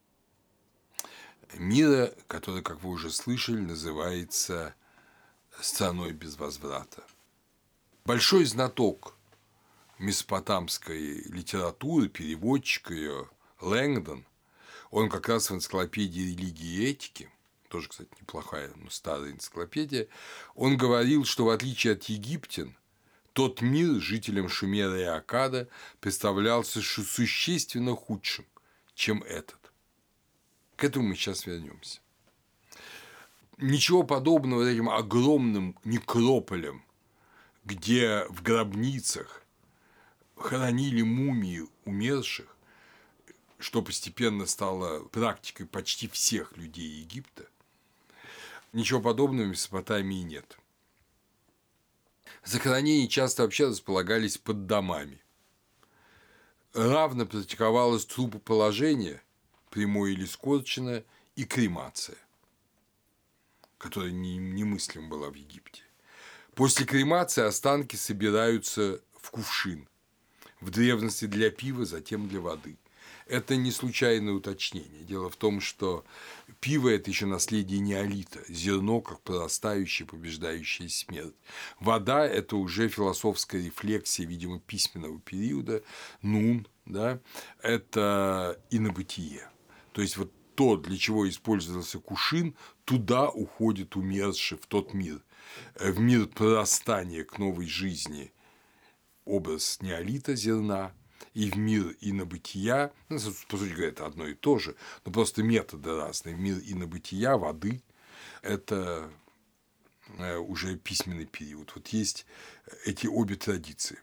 Мира, который, как вы уже слышали, называется «Страной без возврата». Большой знаток месопотамской литературы, переводчик ее Лэнгдон, он как раз в энциклопедии религии и этики, тоже, кстати, неплохая, но старая энциклопедия, он говорил, что в отличие от египтян, тот мир жителям Шумера и Аккада представлялся существенно худшим, чем этот. К этому мы сейчас вернемся. Ничего подобного этим огромным некрополям, где в гробницах хоронили мумии умерших, что постепенно стало практикой почти всех людей Египта, ничего подобного в Месопотамии нет. Захоронения часто вообще располагались под домами. Равно практиковалось трупоположение, прямое или скорченное, и кремация, которая немыслима была в Египте. После кремации останки собираются в кувшин. В древности для пива, затем для воды. Это не случайное уточнение. Дело в том, что пиво – это еще наследие неолита, зерно, как прорастающее, побеждающее смерть. Вода – это уже философская рефлексия, видимо, письменного периода, нун, да, это инобытие. То есть, вот то, для чего использовался кувшин, туда уходит умерший, в тот мир, в мир прорастания к новой жизни, образ неолита, зерна, и в мир инобытия, ну, по сути говоря, это одно и то же, но просто методы разные. Мир инобытия, воды – это уже письменный период. Вот есть эти обе традиции.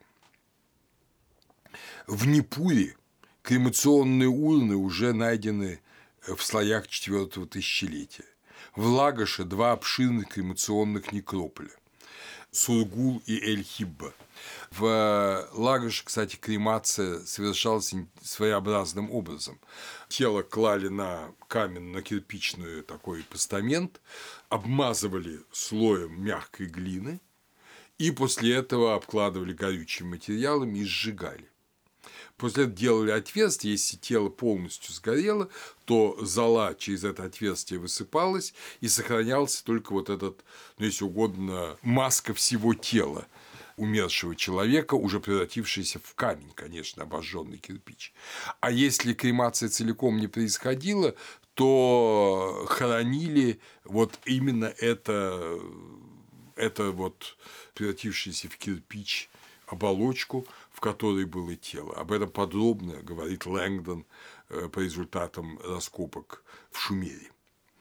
В Непуре кремационные урны уже найдены в слоях четвёртого тысячелетия. В Лагоше два обширных кремационных некрополя – Сургул и Эль-Хибба. В Лагоше, кстати, кремация совершалась своеобразным образом. Тело клали на камень, на кирпичный такой постамент, обмазывали слоем мягкой глины и после этого обкладывали горючими материалами и сжигали. После этого делали отверстие, если тело полностью сгорело, то зола через это отверстие высыпалась и сохранялся только вот этот, ну, если угодно, маска всего тела умершего человека, уже превратившийся в камень, конечно, обожженный кирпич. А если кремация целиком не происходила, то хоронили вот именно это, это вот превратившееся в кирпич оболочку, в которой было тело. Об этом подробно говорит Лэнгдон по результатам раскопок в Шумере.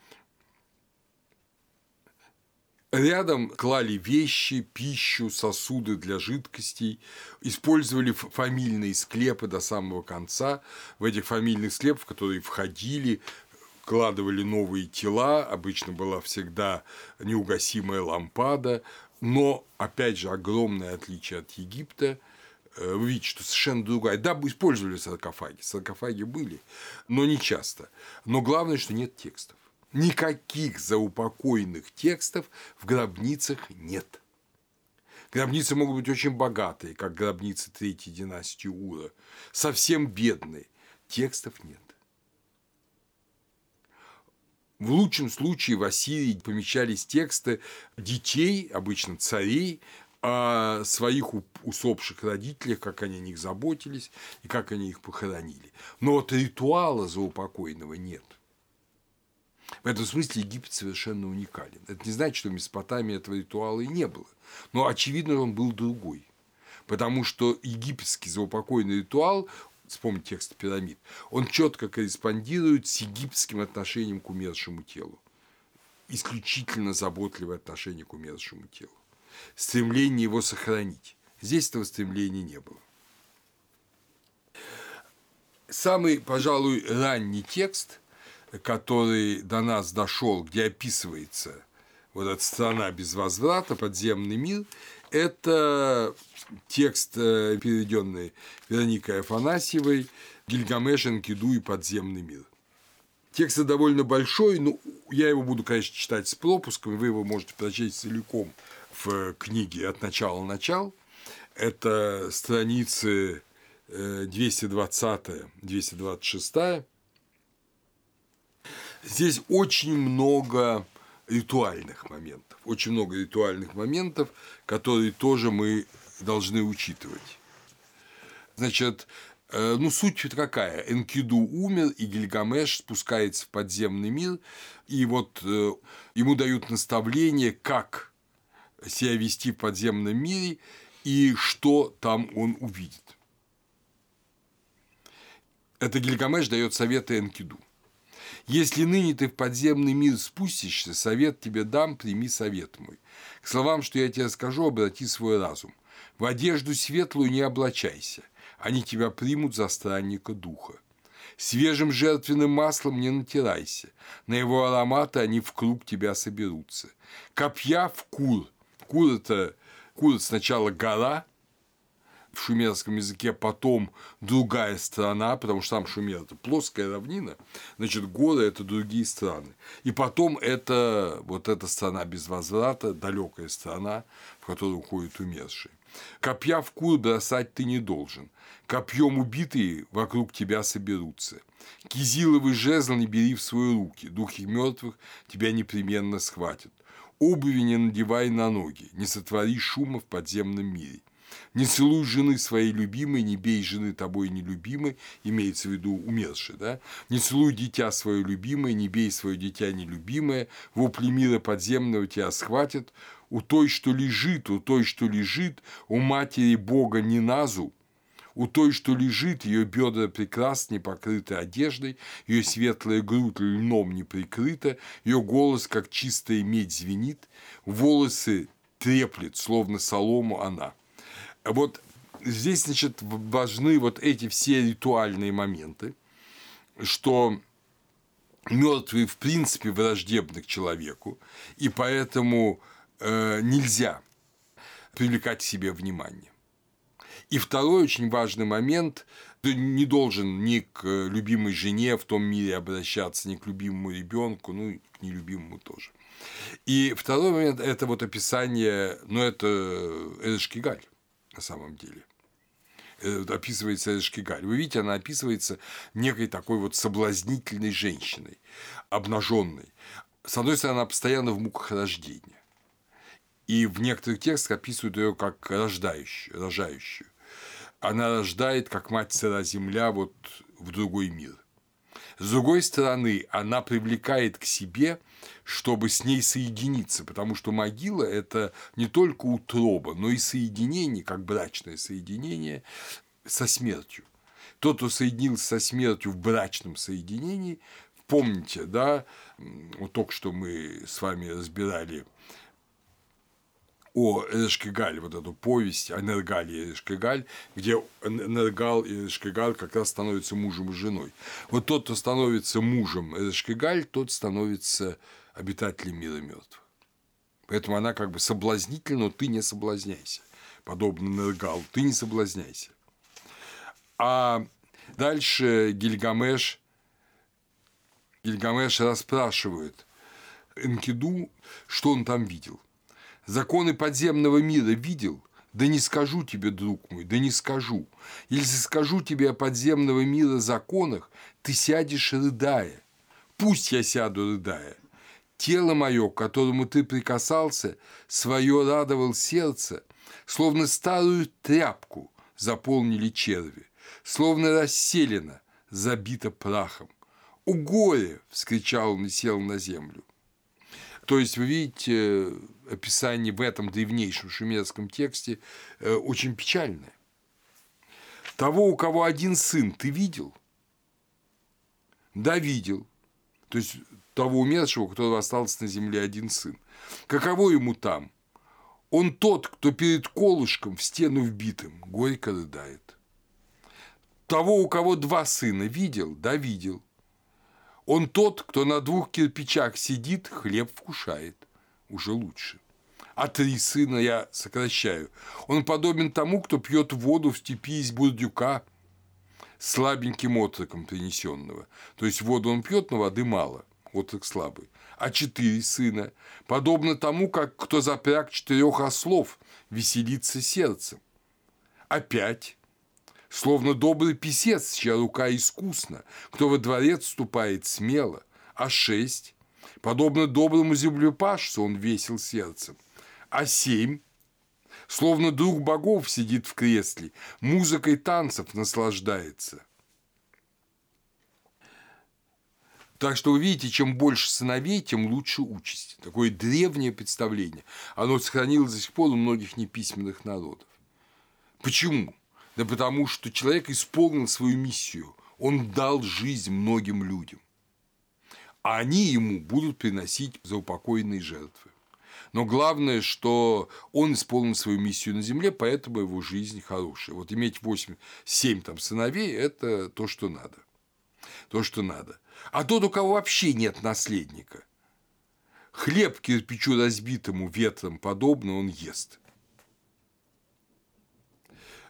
Рядом клали вещи, пищу, сосуды для жидкостей, использовали фамильные склепы до самого конца. В этих фамильных склепах, в которые входили, вкладывали новые тела, обычно была всегда неугасимая лампада, но, опять же, огромное отличие от Египта. Вы видите, что совершенно другая. Да, использовали саркофаги, саркофаги были, но не часто. Но главное, что нет текстов. Никаких заупокойных текстов в гробницах нет. Гробницы могут быть очень богатые, как гробницы третьей династии Ура, совсем бедные. Текстов нет. В лучшем случае в Ассирии помещались тексты детей, обычно царей, о своих усопших родителях, как они о них заботились и как они их похоронили. Но вот ритуала заупокойного нет. В этом смысле Египет совершенно уникален. Это не значит, что в Месопотамии этого ритуала и не было. Но, очевидно, он был другой. Потому что египетский заупокойный ритуал, вспомните текст пирамид, он четко корреспондирует с египетским отношением к умершему телу. Исключительно заботливое отношение к умершему телу. Стремление его сохранить. Здесь этого стремления не было. Самый, пожалуй, ранний текст, который до нас дошел, где описывается вот эта страна без возврата, подземный мир, это текст, переведенный Вероникой Афанасьевой, «Гильгамеш, Энкиду и подземный мир». Текст довольно большой, но я его буду, конечно, читать с пропуском, вы его можете прочесть целиком в книге «От начала начал». Это страницы двести двадцатая — двести двадцать шестая. Здесь очень много ритуальных моментов, очень много ритуальных моментов, которые тоже мы должны учитывать. Значит, ну, суть какая? Энкиду умер, и Гильгамеш спускается в подземный мир, и вот ему дают наставление, как себя вести в подземном мире и что там он увидит. Это Гильгамеш дает советы Энкиду. «Если ныне ты в подземный мир спустишься, совет тебе дам, прими совет мой. К словам, что я тебе скажу, обрати свой разум. В одежду светлую не облачайся, они тебя примут за странника духа. Свежим жертвенным маслом не натирайся, на его ароматы они в круг тебя соберутся. Копья в кур». Кур – это, кур – это сначала гора, в шумерском языке, потом другая страна, потому что там Шумер – это плоская равнина, значит, горы – это другие страны. И потом это вот эта страна без возврата, далекая страна, в которую уходят умершие. Копья в кур бросать ты не должен. Копьем убитые вокруг тебя соберутся. Кизиловый жезл не бери в свои руки. Духи мертвых тебя непременно схватят. Обуви не надевай на ноги. Не сотвори шума в подземном мире. Не целуй жены своей любимой, не бей жены тобой нелюбимой, имеется в виду умершей, да? Не целуй дитя свое любимое, не бей свое дитя нелюбимое, вопли мира подземного тебя схватят, у той, что лежит, у той, что лежит, у матери Бога Ниназу, у той, что лежит, ее бедра прекрасны, покрыты одеждой, ее светлая грудь льном не прикрыта, ее голос, как чистая медь, звенит, волосы треплет, словно солому она. Вот здесь, значит, важны вот эти все ритуальные моменты, что мертвые в принципе враждебны к человеку, и поэтому э, нельзя привлекать к себе внимание. И второй очень важный момент: ты не должен ни к любимой жене в том мире обращаться, ни к любимому ребенку, ну и к нелюбимому тоже. И второй момент – это вот описание, ну это Эреш-Кигаль. На самом деле. Описывается Эреш-Кигаль. Вы видите, она описывается некой такой вот соблазнительной женщиной, обнаженной. С одной стороны, она постоянно в муках рождения. И в некоторых текстах описывают ее как рождающую, рожающую. Она рождает, как мать сыра земля, вот в другой мир. С другой стороны, она привлекает к себе, чтобы с ней соединиться, потому что могила – это не только утроба, но и соединение, как брачное соединение со смертью. Тот, кто соединился со смертью в брачном соединении, помните, да, вот только что мы с вами разбирали о Эреш-Кигаль, вот эту повесть о Нергале и Эреш-Кигаль, где Нергал и Эреш-Кигаль как раз становятся мужем и женой. Вот тот, кто становится мужем Эреш-Кигаль, тот становится обитателем мира мертвых. Поэтому она как бы соблазнительна, но ты не соблазняйся. Подобно Нергалу, ты не соблазняйся. А дальше Гильгамеш, Гильгамеш расспрашивает Энкиду, что он там видел. Законы подземного мира видел? Да не скажу тебе, друг мой, да не скажу. Если скажу тебе о подземного мира законах, ты сядешь, рыдая. Пусть я сяду, рыдая. Тело мое, к которому ты прикасался, свое радовал сердце, словно старую тряпку заполнили черви, словно расселено, забито прахом. «О горе!» – вскричал он и сел на землю. То есть, вы видите, описание в этом древнейшем шумерском тексте очень печальное. Того, у кого один сын, ты видел? Да, видел. То есть, того умершего, у которого остался на земле один сын. Каково ему там? Он тот, кто перед колышком в стену вбитым горько рыдает. Того, у кого два сына, видел? Да, видел. Он тот, кто на двух кирпичах сидит, хлеб вкушает. Уже лучше. А три сына я сокращаю. Он подобен тому, кто пьет воду в степи из бурдюка, слабеньким отроком принесенного. То есть воду он пьет, но воды мало. Отрок слабый. А четыре сына подобно тому, как кто запряг четырех ослов, веселится сердцем. А пять словно добрый писец, чья рука искусна, кто во дворец вступает смело, а шесть подобно доброму землепашцу, он весел сердцем, а семь словно друг богов сидит в кресле, музыкой танцев наслаждается. Так что вы видите, чем больше сыновей, тем лучше участь. Такое древнее представление. Оно сохранилось до сих пор у многих неписьменных народов. Почему? Да потому что человек исполнил свою миссию. Он дал жизнь многим людям. А они ему будут приносить заупокойные жертвы. Но главное, что он исполнил свою миссию на земле, поэтому его жизнь хорошая. Вот иметь восемь-семь там сыновей – это то, что надо. То, что надо. А тот, у кого вообще нет наследника, хлеб кирпичу разбитому ветром подобно он ест.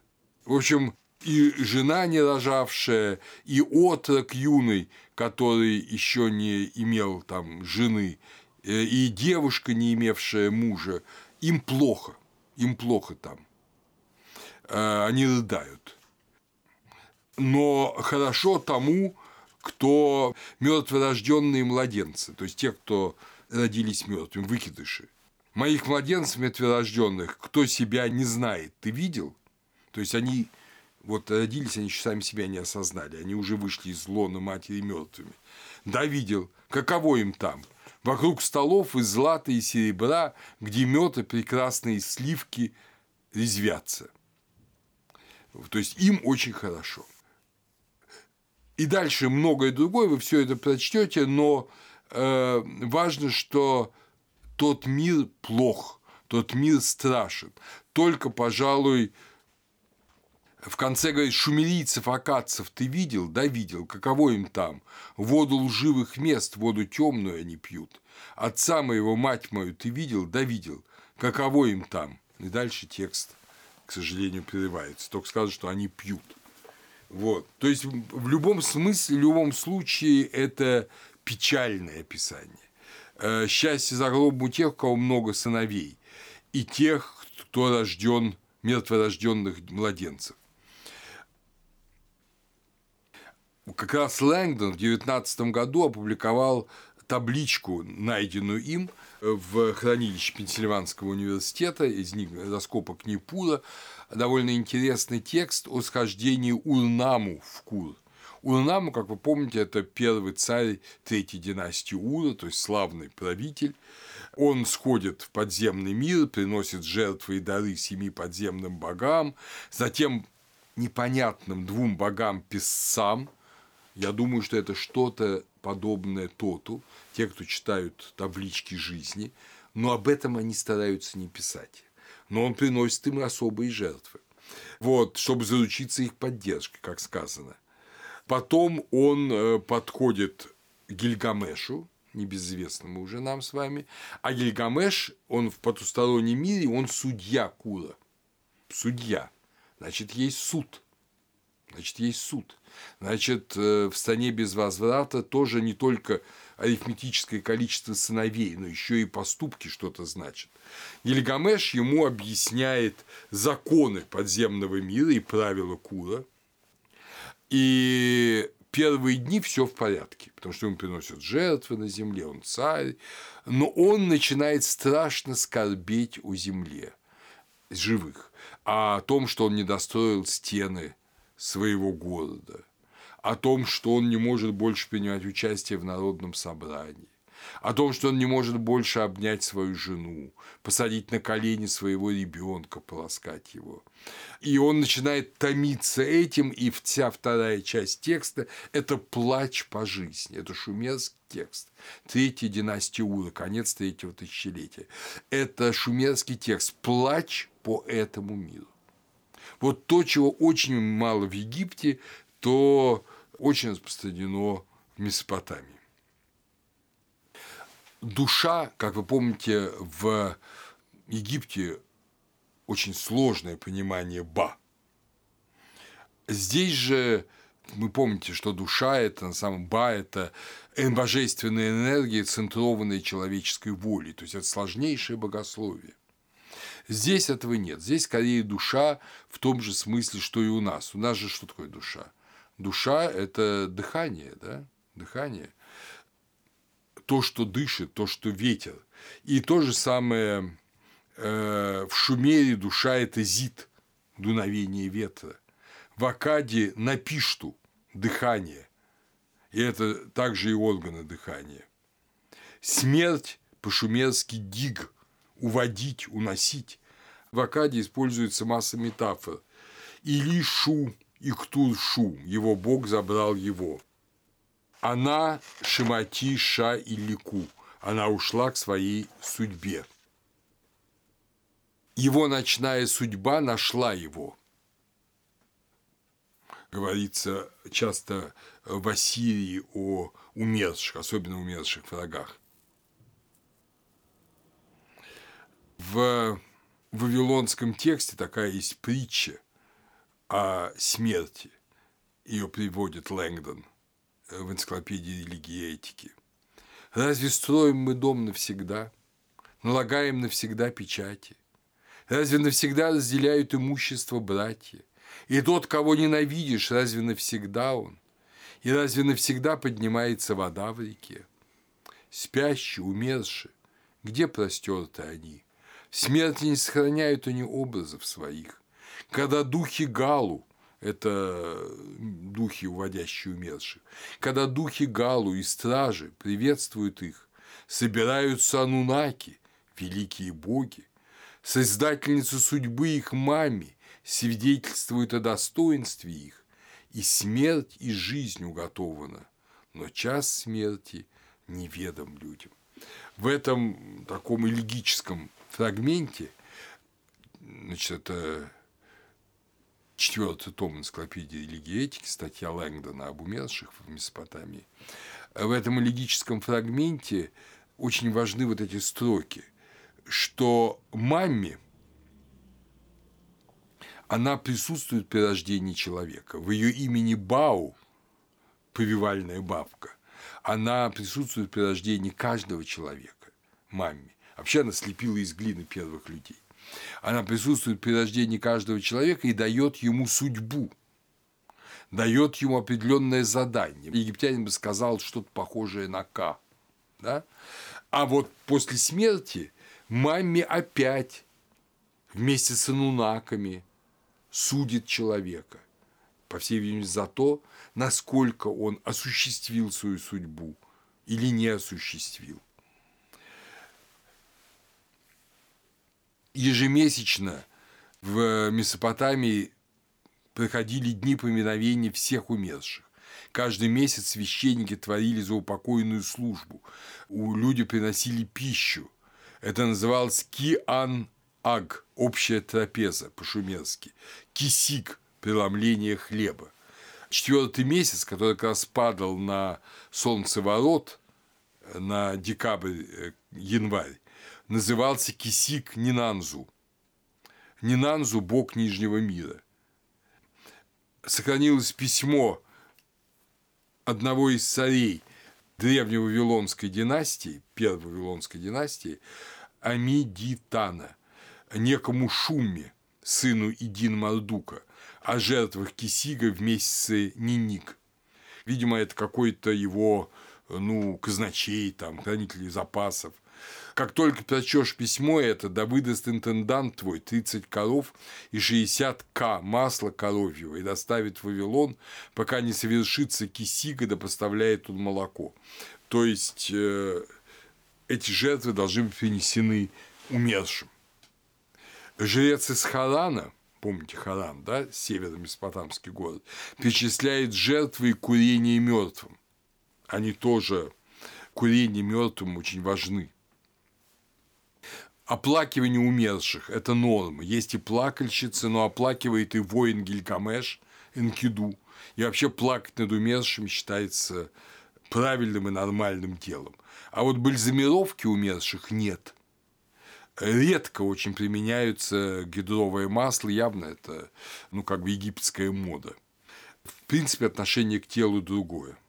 В общем, и жена не рожавшая, и отрок юный, который еще не имел там жены, и девушка, не имевшая мужа, им плохо, им плохо там. Они рыдают. Но хорошо тому, кто мертворожденные младенцы, то есть те, кто родились мертвыми, выкидыши. Моих младенцев мертворожденных, кто себя не знает, ты видел? То есть они вот родились, они еще сами себя не осознали, они уже вышли из лона матери мертвыми. Да, видел. Каково им там? Вокруг столов из злата и серебра, где мед и прекрасные сливки резвятся. То есть им очень хорошо. И дальше многое другое, вы все это прочтете, но э, важно, что тот мир плох, тот мир страшен. Только, пожалуй, в конце говорит, шумерийцев, акадцев ты видел? Да, видел. Каково им там? Воду лживых мест, воду темную они пьют. Отца моего, мать мою ты видел? Да, видел. Каково им там? И дальше текст, к сожалению, прерывается. Только сказано, что они пьют. Вот. То есть, в любом смысле, в любом случае, это печальное описание. Счастье за гробом у тех, у кого много сыновей, и тех, кто рожден, мертворожденных младенцев. Как раз Лэнгдон в девятнадцатом году опубликовал табличку, найденную им в хранилище Пенсильванского университета, из раскопок Непура, довольно интересный текст о схождении Урнаму в Кур. Урнаму, как вы помните, это первый царь третьей династии Ура, то есть славный правитель. Он сходит в подземный мир, приносит жертвы и дары семи подземным богам, затем непонятным двум богам-песцам. Я думаю, что это что-то подобное Тоту, те, кто читают таблички жизни, но об этом они стараются не писать. Но он приносит им особые жертвы, вот, чтобы заручиться их поддержкой, как сказано. Потом он подходит к Гильгамешу, небезызвестному уже нам с вами, а Гильгамеш, он в потустороннем мире, он судья Кура. Судья. Значит, есть суд. Значит, есть суд. Значит, в стране без возврата тоже не только арифметическое количество сыновей, но еще и поступки что-то значат. Гильгамеш ему объясняет законы подземного мира и правила Кура. И первые дни все в порядке, потому что ему приносят жертвы на земле, он царь, но он начинает страшно скорбеть о земле живых, о том, что он не достроил стены своего города, о том, что он не может больше принимать участие в народном собрании, о том, что он не может больше обнять свою жену, посадить на колени своего ребенка, поласкать его. И он начинает томиться этим, и вся вторая часть текста – это плач по жизни, это шумерский текст. Третья династия Ура, конец третьего тысячелетия. Это шумерский текст, плач по этому миру. Вот то, чего очень мало в Египте, то очень распространено в Месопотамии. Душа, как вы помните, в Египте очень сложное понимание ба. Здесь же вы помните, что душа – это на самом ба – это божественная энергия, центрованная человеческой волей, то есть это сложнейшее богословие. Здесь этого нет. Здесь скорее душа в том же смысле, что и у нас. У нас же что такое душа? Душа – это дыхание, да? Дыхание. То, что дышит, то, что ветер. И то же самое э, в Шумере душа – это зит, дуновение ветра. В Аккаде напишту – дыхание. И это также и органы дыхания. Смерть по-шумерски диг – уводить, уносить. В Аккаде используется масса метафор. Или шу, и ктур-шу, его бог забрал его. Она шимати ша и лику, она ушла к своей судьбе. Его ночная судьба нашла его. Говорится часто в Ассирии о умерших, особенно умерших врагах. В вавилонском тексте такая есть притча о смерти. Ее приводит Лэнгдон в энциклопедии религии и этики. Разве строим мы дом навсегда, налагаем навсегда печати? Разве навсегда разделяют имущество братья? И тот, кого ненавидишь, разве навсегда он? И разве навсегда поднимается вода в реке? Спящие, умершие, где простерты они? В смерти не сохраняют они образов своих. Когда духи Галу, это духи, уводящие умерших, когда духи Галу и стражи приветствуют их, собираются анунаки, великие боги, создательница судьбы их Мами свидетельствует о достоинстве их, и смерть, и жизнь уготована, но час смерти неведом людям. В этом таком элегическом фрагменте, значит, это четвертый том энциклопедии религии и этики, статья Лэнгдона об умерших в Месопотамии, в этом элегическом фрагменте очень важны вот эти строки, что Мамми, она присутствует при рождении человека. В ее имени Бау, повивальная бабка, она присутствует при рождении каждого человека, Мамми. Вообще она слепила из глины первых людей. Она присутствует при рождении каждого человека и дает ему судьбу, дает ему определенное задание. Египтянин бы сказал что-то похожее на К. Да? А вот после смерти Мамми опять вместе с анунаками судит человека, по всей видимости, за то, насколько он осуществил свою судьбу или не осуществил. Ежемесячно в Месопотамии проходили дни поминовения всех умерших. Каждый месяц священники творили заупокойную службу. У люди приносили пищу. Это называлось ки-ан-аг, общая трапеза по-шумерски. Кисик, преломление хлеба. Четвертый месяц, который как раз падал на солнцеворот, на декабрь-январь, назывался Кисик Нинанзу. Нинанзу – бог Нижнего мира. Сохранилось письмо одного из царей древней Вавилонской династии, первой Вавилонской династии, Амидитана, некому Шумме, сыну Идин-Мардука, о жертвах Кисига в месяце Ниник. Видимо, это какой-то его, ну, казначей, там, хранитель запасов. Как только прочтешь письмо это, да выдаст интендант твой тридцать коров и шестьдесят ка масла коровьего и доставит в Вавилон, пока не совершится кисига, да поставляет он молоко. То есть, э, эти жертвы должны быть принесены умершим. Жрец из Харана, помните Харан, да, северо-месопотамский город, перечисляет жертвы и курение мертвым. Они тоже, курение мертвым очень важны. Оплакивание умерших – это норма. Есть и плакальщицы, но оплакивает и воин Гильгамеш, Энкиду. И вообще плакать над умершими считается правильным и нормальным делом. А вот бальзамировки умерших нет. Редко очень применяются гидровое масло, явно это, ну, как бы египетская мода. В принципе, отношение к телу другое.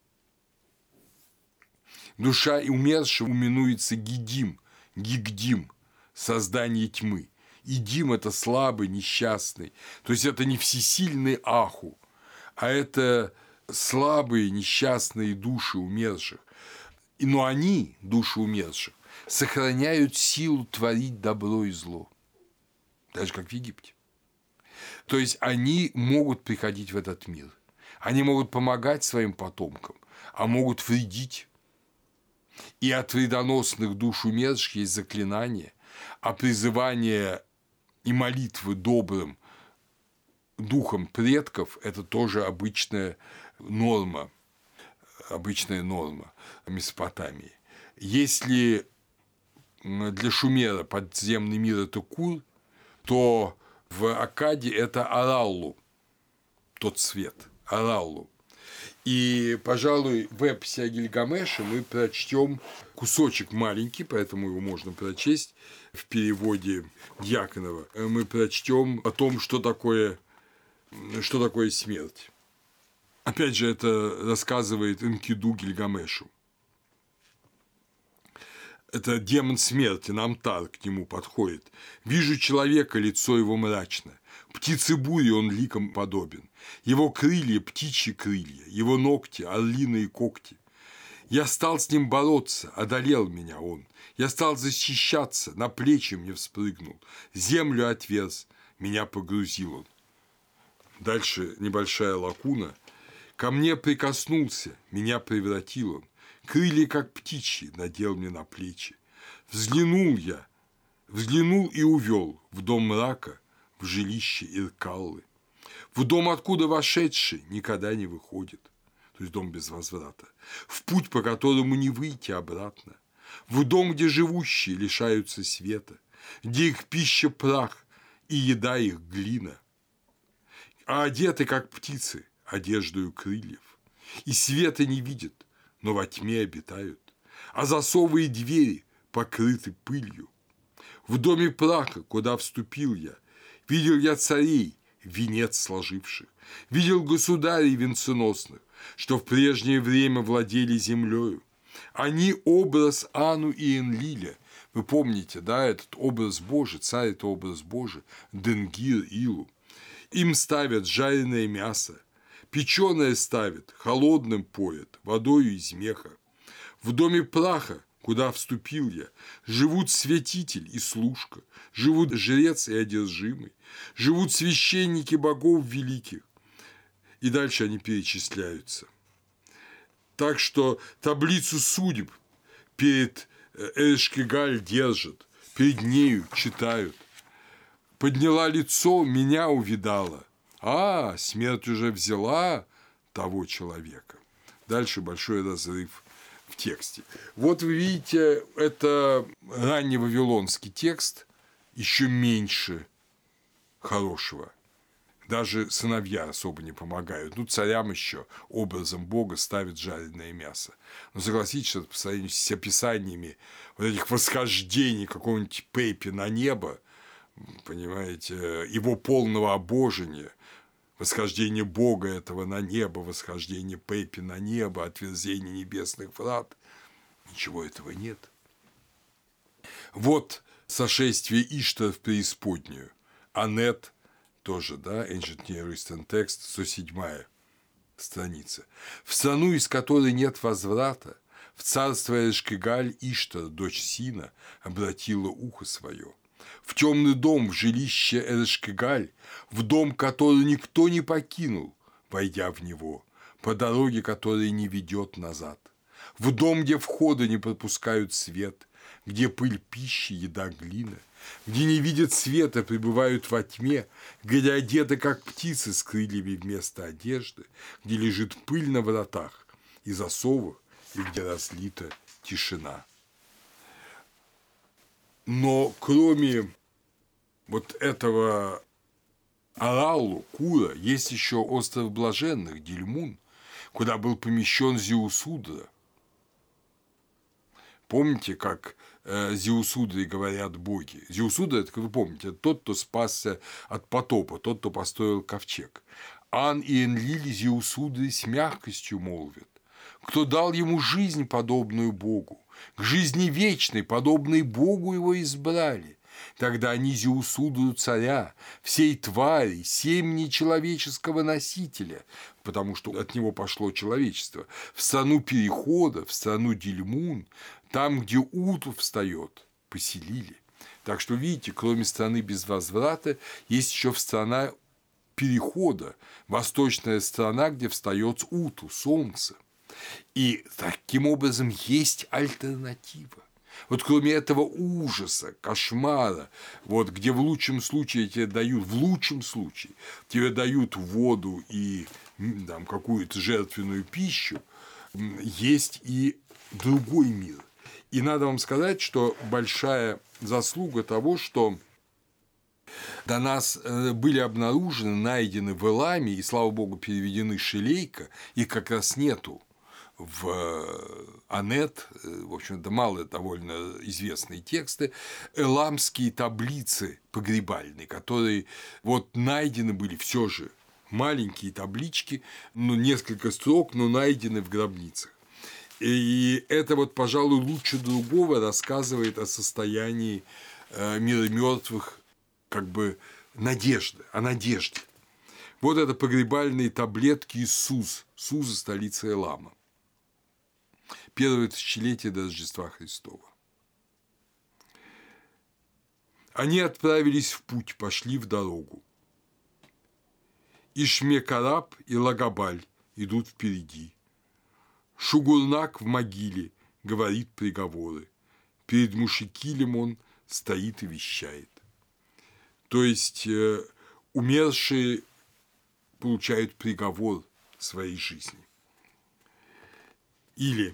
Душа и умершего именуется гидим, гигдим, создание тьмы. И дим – это слабый, несчастный. То есть, это не всесильный Аху, а это слабые, несчастные души умерших. Но они, души умерших, сохраняют силу творить добро и зло. Так же, как в Египте. То есть, они могут приходить в этот мир. Они могут помогать своим потомкам, а могут вредить. И от вредоносных душ умерших есть заклинание, а призывание и молитвы добрым духом предков – это тоже обычная норма, обычная норма Месопотамии. Если для Шумера подземный мир – это Кур, то в Аккаде это Араллу, тот свет, Араллу. И, пожалуй, в эпосе о Гильгамеше мы прочтем кусочек маленький, поэтому его можно прочесть в переводе Дьяконова. Мы прочтем о том, что такое что такое смерть. Опять же, это рассказывает Энкиду Гильгамешу. Это демон смерти, Намтар к нему подходит. «Вижу человека, лицо его мрачно. Птицы бури он ликом подобен. Его крылья – птичьи крылья, его ногти – орлиные когти. Я стал с ним бороться, одолел меня он. Я стал защищаться, на плечи мне вспрыгнул. Землю отверз, меня погрузил он». Дальше небольшая лакуна. «Ко мне прикоснулся, меня превратил он. Крылья, как птичьи, надел мне на плечи. Взглянул я, взглянул и увел в дом мрака, в жилище Иркаллы. В дом, откуда вошедший, никогда не выходит». То есть дом без возврата. «В путь, по которому не выйти обратно. В дом, где живущие лишаются света, где их пища прах и еда их глина. А одеты, как птицы, одеждою крыльев. И света не видят, но во тьме обитают, а засовы и двери покрыты пылью. В доме праха, куда вступил я, видел я царей, венец сложивших, видел государей венценосных, что в прежнее время владели землею. Они образ Ану и Энлиля. Вы помните, да, этот образ Божий, царь – это образ Божий, Денгир, Илу. Им ставят жареное мясо, печеное ставят, холодным поят, водою из меха. В доме праха, куда вступил я, живут святитель и служка, живут жрец и одержимый, живут священники богов великих». И дальше они перечисляются. Так что таблицу судеб перед Эрешкигаль держат, перед нею читают. «Подняла лицо, меня увидала. А, смерть уже взяла того человека». Дальше большой разрыв в тексте. Вот вы видите, это ранний вавилонский текст, еще меньше хорошего. Даже сыновья особо не помогают. Ну, царям еще образом Бога ставят жареное мясо. Но согласитесь, что по сравнению с описаниями вот этих восхождений какого-нибудь Пепи на небо, понимаете, его полного обожения, восхождение Бога этого на небо, восхождение Пепи на небо, отверзение небесных врат, ничего этого нет. Вот сошествие Иштар в преисподнюю. Анет тоже, да, Ancient Near Eastern Text, сто седьмая страница. «В страну, из которой нет возврата, в царство Эрешкигаль Иштар, дочь Сина, обратила ухо свое. В темный дом, в жилище Эрешкигаль, в дом, который никто не покинул, войдя в него, по дороге, которая не ведет назад, в дом, где входа не пропускают свет, где пыль пищи, еда глина, где не видят света, пребывают во тьме, где одеты, как птицы, с крыльями вместо одежды, где лежит пыль на вратах и засовах, и где разлита тишина». Но кроме вот этого Араллу, Кура, есть еще остров Блаженных, Дильмун, куда был помещен Зеусудра. Помните, как Зеусудре говорят боги? Зеусудра, это, как вы помните, это тот, кто спасся от потопа, тот, кто построил ковчег. Ан и Энлиль Зеусудре с мягкостью молвят, кто дал ему жизнь, подобную Богу, к жизни вечной, подобной Богу его избрали. Тогда они Зеусудру царя, всей твари, семени человеческого носителя, потому что от него пошло человечество, в страну перехода, в страну Дильмун, там, где Уту встает, поселили. Так что, видите, кроме страны без возврата, есть еще страна перехода, восточная страна, где встает Уту, солнце. И таким образом есть альтернатива. Вот кроме этого ужаса, кошмара, вот где в лучшем случае тебе дают, в лучшем случае тебе дают воду и там, какую-то жертвенную пищу, есть и другой мир. И надо вам сказать, что большая заслуга того, что до нас были обнаружены, найдены в Эламе, и, слава богу, переведены Шилейко, их как раз нету в Анет, в общем-то, малые довольно известные тексты, эламские таблицы погребальные, которые вот найдены были все же маленькие таблички, ну, несколько строк, но найдены в гробницах. И это вот, пожалуй, лучше другого рассказывает о состоянии мира мертвых, как бы надежды, о надежде. Вот это погребальные таблетки из Сузы, Суза – столица Элама. Первое тысячелетие до Рождества Христова. Они отправились в путь, пошли в дорогу. И Шмекараб, и Лагабаль идут впереди. Шугурнак в могиле говорит приговоры. Перед Мушекилем он стоит и вещает. То есть э, умершие получают приговор своей жизни. Или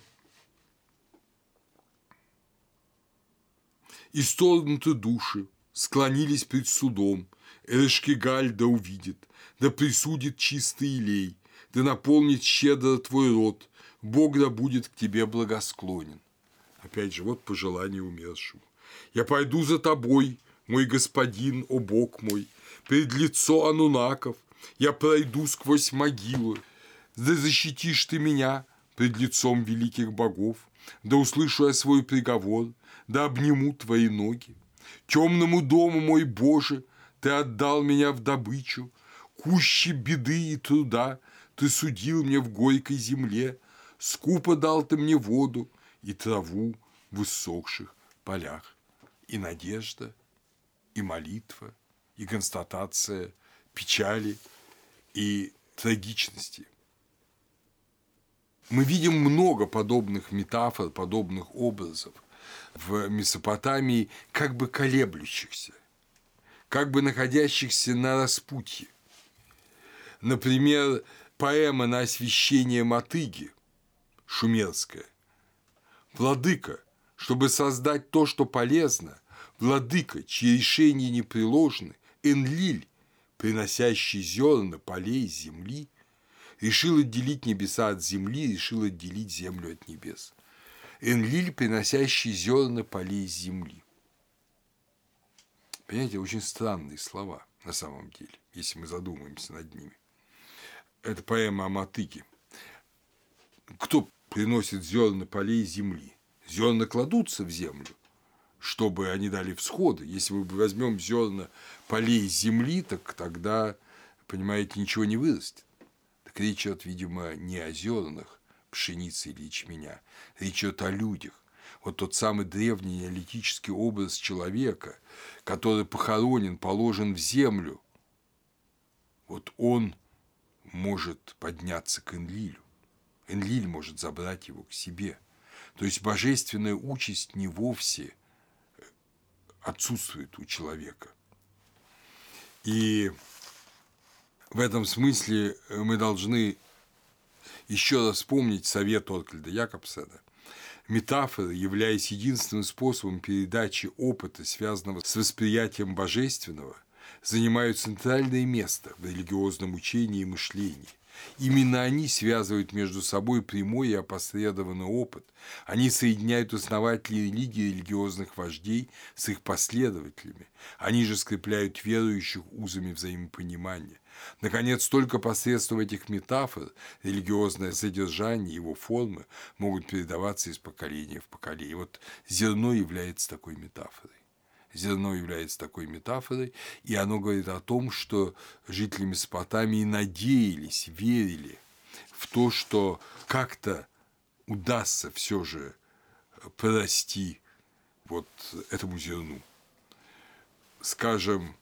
исторгнуты души, склонились пред судом, Эрешкигаль да увидит, да присудит чистый илей, да наполнит щедро твой рот, Бог да будет к тебе благосклонен. Опять же, вот пожелание умершему. Я пойду за тобой, мой господин, о Бог мой, пред лицо анунаков, я пройду сквозь могилу, да защитишь ты меня пред лицом великих богов, да услышу я свой приговор, да обниму твои ноги. Темному дому, мой Боже, ты отдал меня в добычу, куще беды и труда ты судил мне в горькой земле, скупо дал ты мне воду и траву в иссохших полях. И надежда, и молитва, и констатация печали и трагичности. Мы видим много подобных метафор, подобных образов в Месопотамии, как бы колеблющихся, как бы находящихся на распутье. Например, поэма на освящение мотыги, шумерская. Владыка, чтобы создать то, что полезно, владыка, чьи решения непреложны, Энлиль, приносящий зерна полей земли, решил отделить небеса от земли, решил отделить землю от небес. Энлиль, приносящий зерна полей земли. Понимаете, очень странные слова на самом деле, если мы задумаемся над ними. Это поэма о мотыге. Кто приносит зерна полей земли? Зерна кладутся в землю, чтобы они дали всходы. Если мы возьмем зерна полей земли, так тогда, понимаете, ничего не вырастет. Так речь идет, видимо, не о зернах пшеницы или ячменя, речь идет о людях. Вот тот самый древний неолитический образ человека, который похоронен, положен в землю, вот он может подняться к Энлилю. Энлиль может забрать его к себе. То есть божественная участь не вовсе отсутствует у человека. И в этом смысле мы должны еще раз вспомнить совет Торкельда Якобсена. Метафоры, являясь единственным способом передачи опыта, связанного с восприятием божественного, занимают центральное место в религиозном учении и мышлении. Именно они связывают между собой прямой и опосредованный опыт. Они соединяют основателей религии и религиозных вождей с их последователями. Они же скрепляют верующих узами взаимопонимания. Наконец, только посредством этих метафор религиозное содержание и его формы могут передаваться из поколения в поколение. Вот зерно является такой метафорой. Зерно является такой метафорой, и оно говорит о том, что жители Месопотамии надеялись, верили в то, что как-то удастся все же прорасти вот этому зерну. Скажем,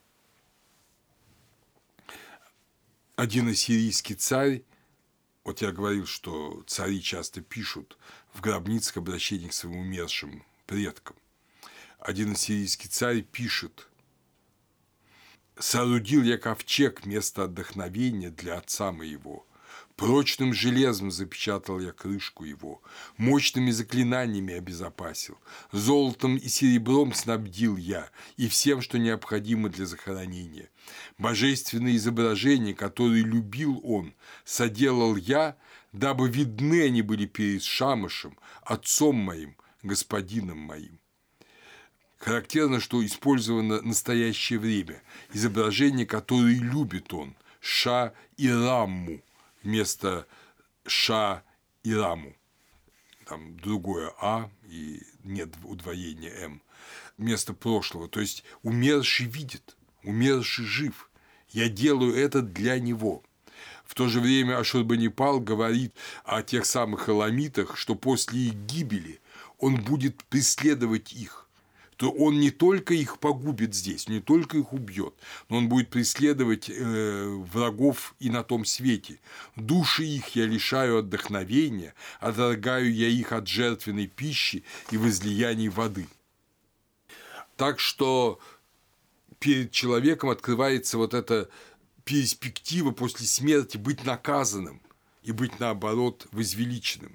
один ассирийский царь, вот я говорил, что цари часто пишут в гробницах обращения к своим умершим предкам. Один ассирийский царь пишет: «Соорудил я ковчег, место отдохновения для отца моего. Прочным железом запечатал я крышку его, мощными заклинаниями обезопасил, золотом и серебром снабдил я и всем, что необходимо для захоронения. Божественные изображения, которые любил он, соделал я, дабы видны они были перед Шамышем, отцом моим, господином моим». Характерно, что использовано настоящее время, изображение, которое любит он, Ша-Ирамму вместо Ша-Ираму. Там другое «а» и нет удвоения «м». Вместо прошлого. То есть умерший видит, умерший жив. Я делаю это для него. В то же время Ашурбанипал говорит о тех самых эламитах, что после их гибели он будет преследовать их. То он не только их погубит здесь, не только их убьет, но он будет преследовать э, врагов и на том свете. Души их я лишаю отдохновения, отторгаю я их от жертвенной пищи и возлияний воды. Так что перед человеком открывается вот эта перспектива после смерти быть наказанным и быть, наоборот, возвеличенным.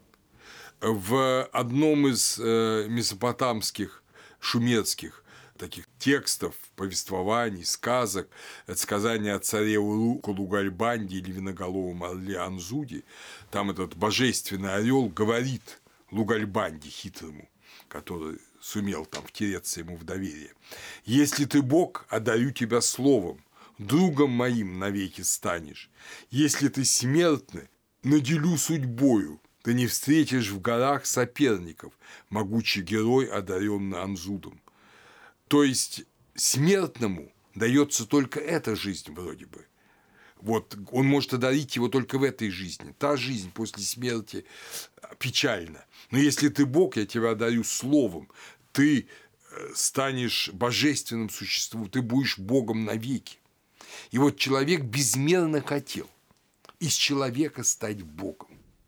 В одном из э, месопотамских, шумерских таких текстов, повествований, сказок, это сказание о царе Лугальбанде или виноголовом орле Анзуде, там этот божественный орел говорит Лугальбанде хитрому, который сумел там втереться ему в доверие: «Если ты Бог, одарю тебя словом, другом моим навеки станешь. Если ты смертный, наделю судьбою, ты не встретишь в горах соперников, могучий герой, одаренный Анзудом». То есть смертному дается только эта жизнь вроде бы. Вот он может одарить его только в этой жизни. Та жизнь после смерти печальна. Но если ты Бог, я тебя одарю словом, ты станешь божественным существом, ты будешь Богом навеки. И вот человек безмерно хотел из человека стать Богом.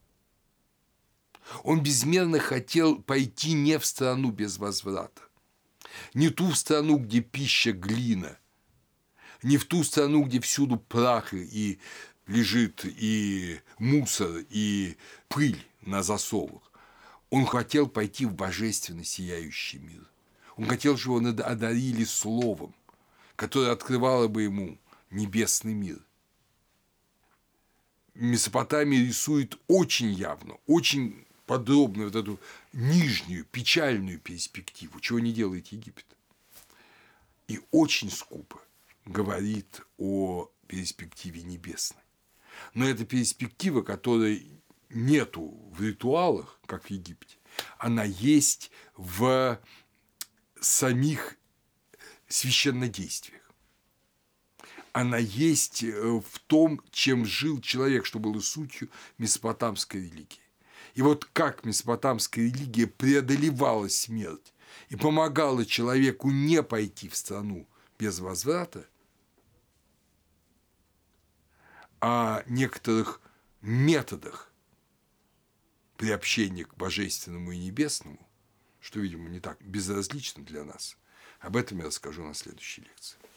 Он безмерно хотел пойти не в страну без возврата, не ту страну, где пища глина, не в ту страну, где всюду прах и лежит и мусор, и пыль на засовах. Он хотел пойти в божественно сияющий мир. Он хотел, чтобы его одарили словом, которое открывало бы ему небесный мир. Месопотамия рисует очень явно, очень подробно вот эту нижнюю, печальную перспективу, чего не делает Египет. И очень скупо говорит о перспективе небесной. Но эта перспектива, которой нету в ритуалах, как в Египте, она есть в самих священнодействиях. Она есть в том, чем жил человек, что было сутью месопотамской религии. И вот как месопотамская религия преодолевала смерть и помогала человеку не пойти в страну без возврата, о некоторых методах приобщения к божественному и небесному, что, видимо, не так безразлично для нас, об этом я расскажу на следующей лекции.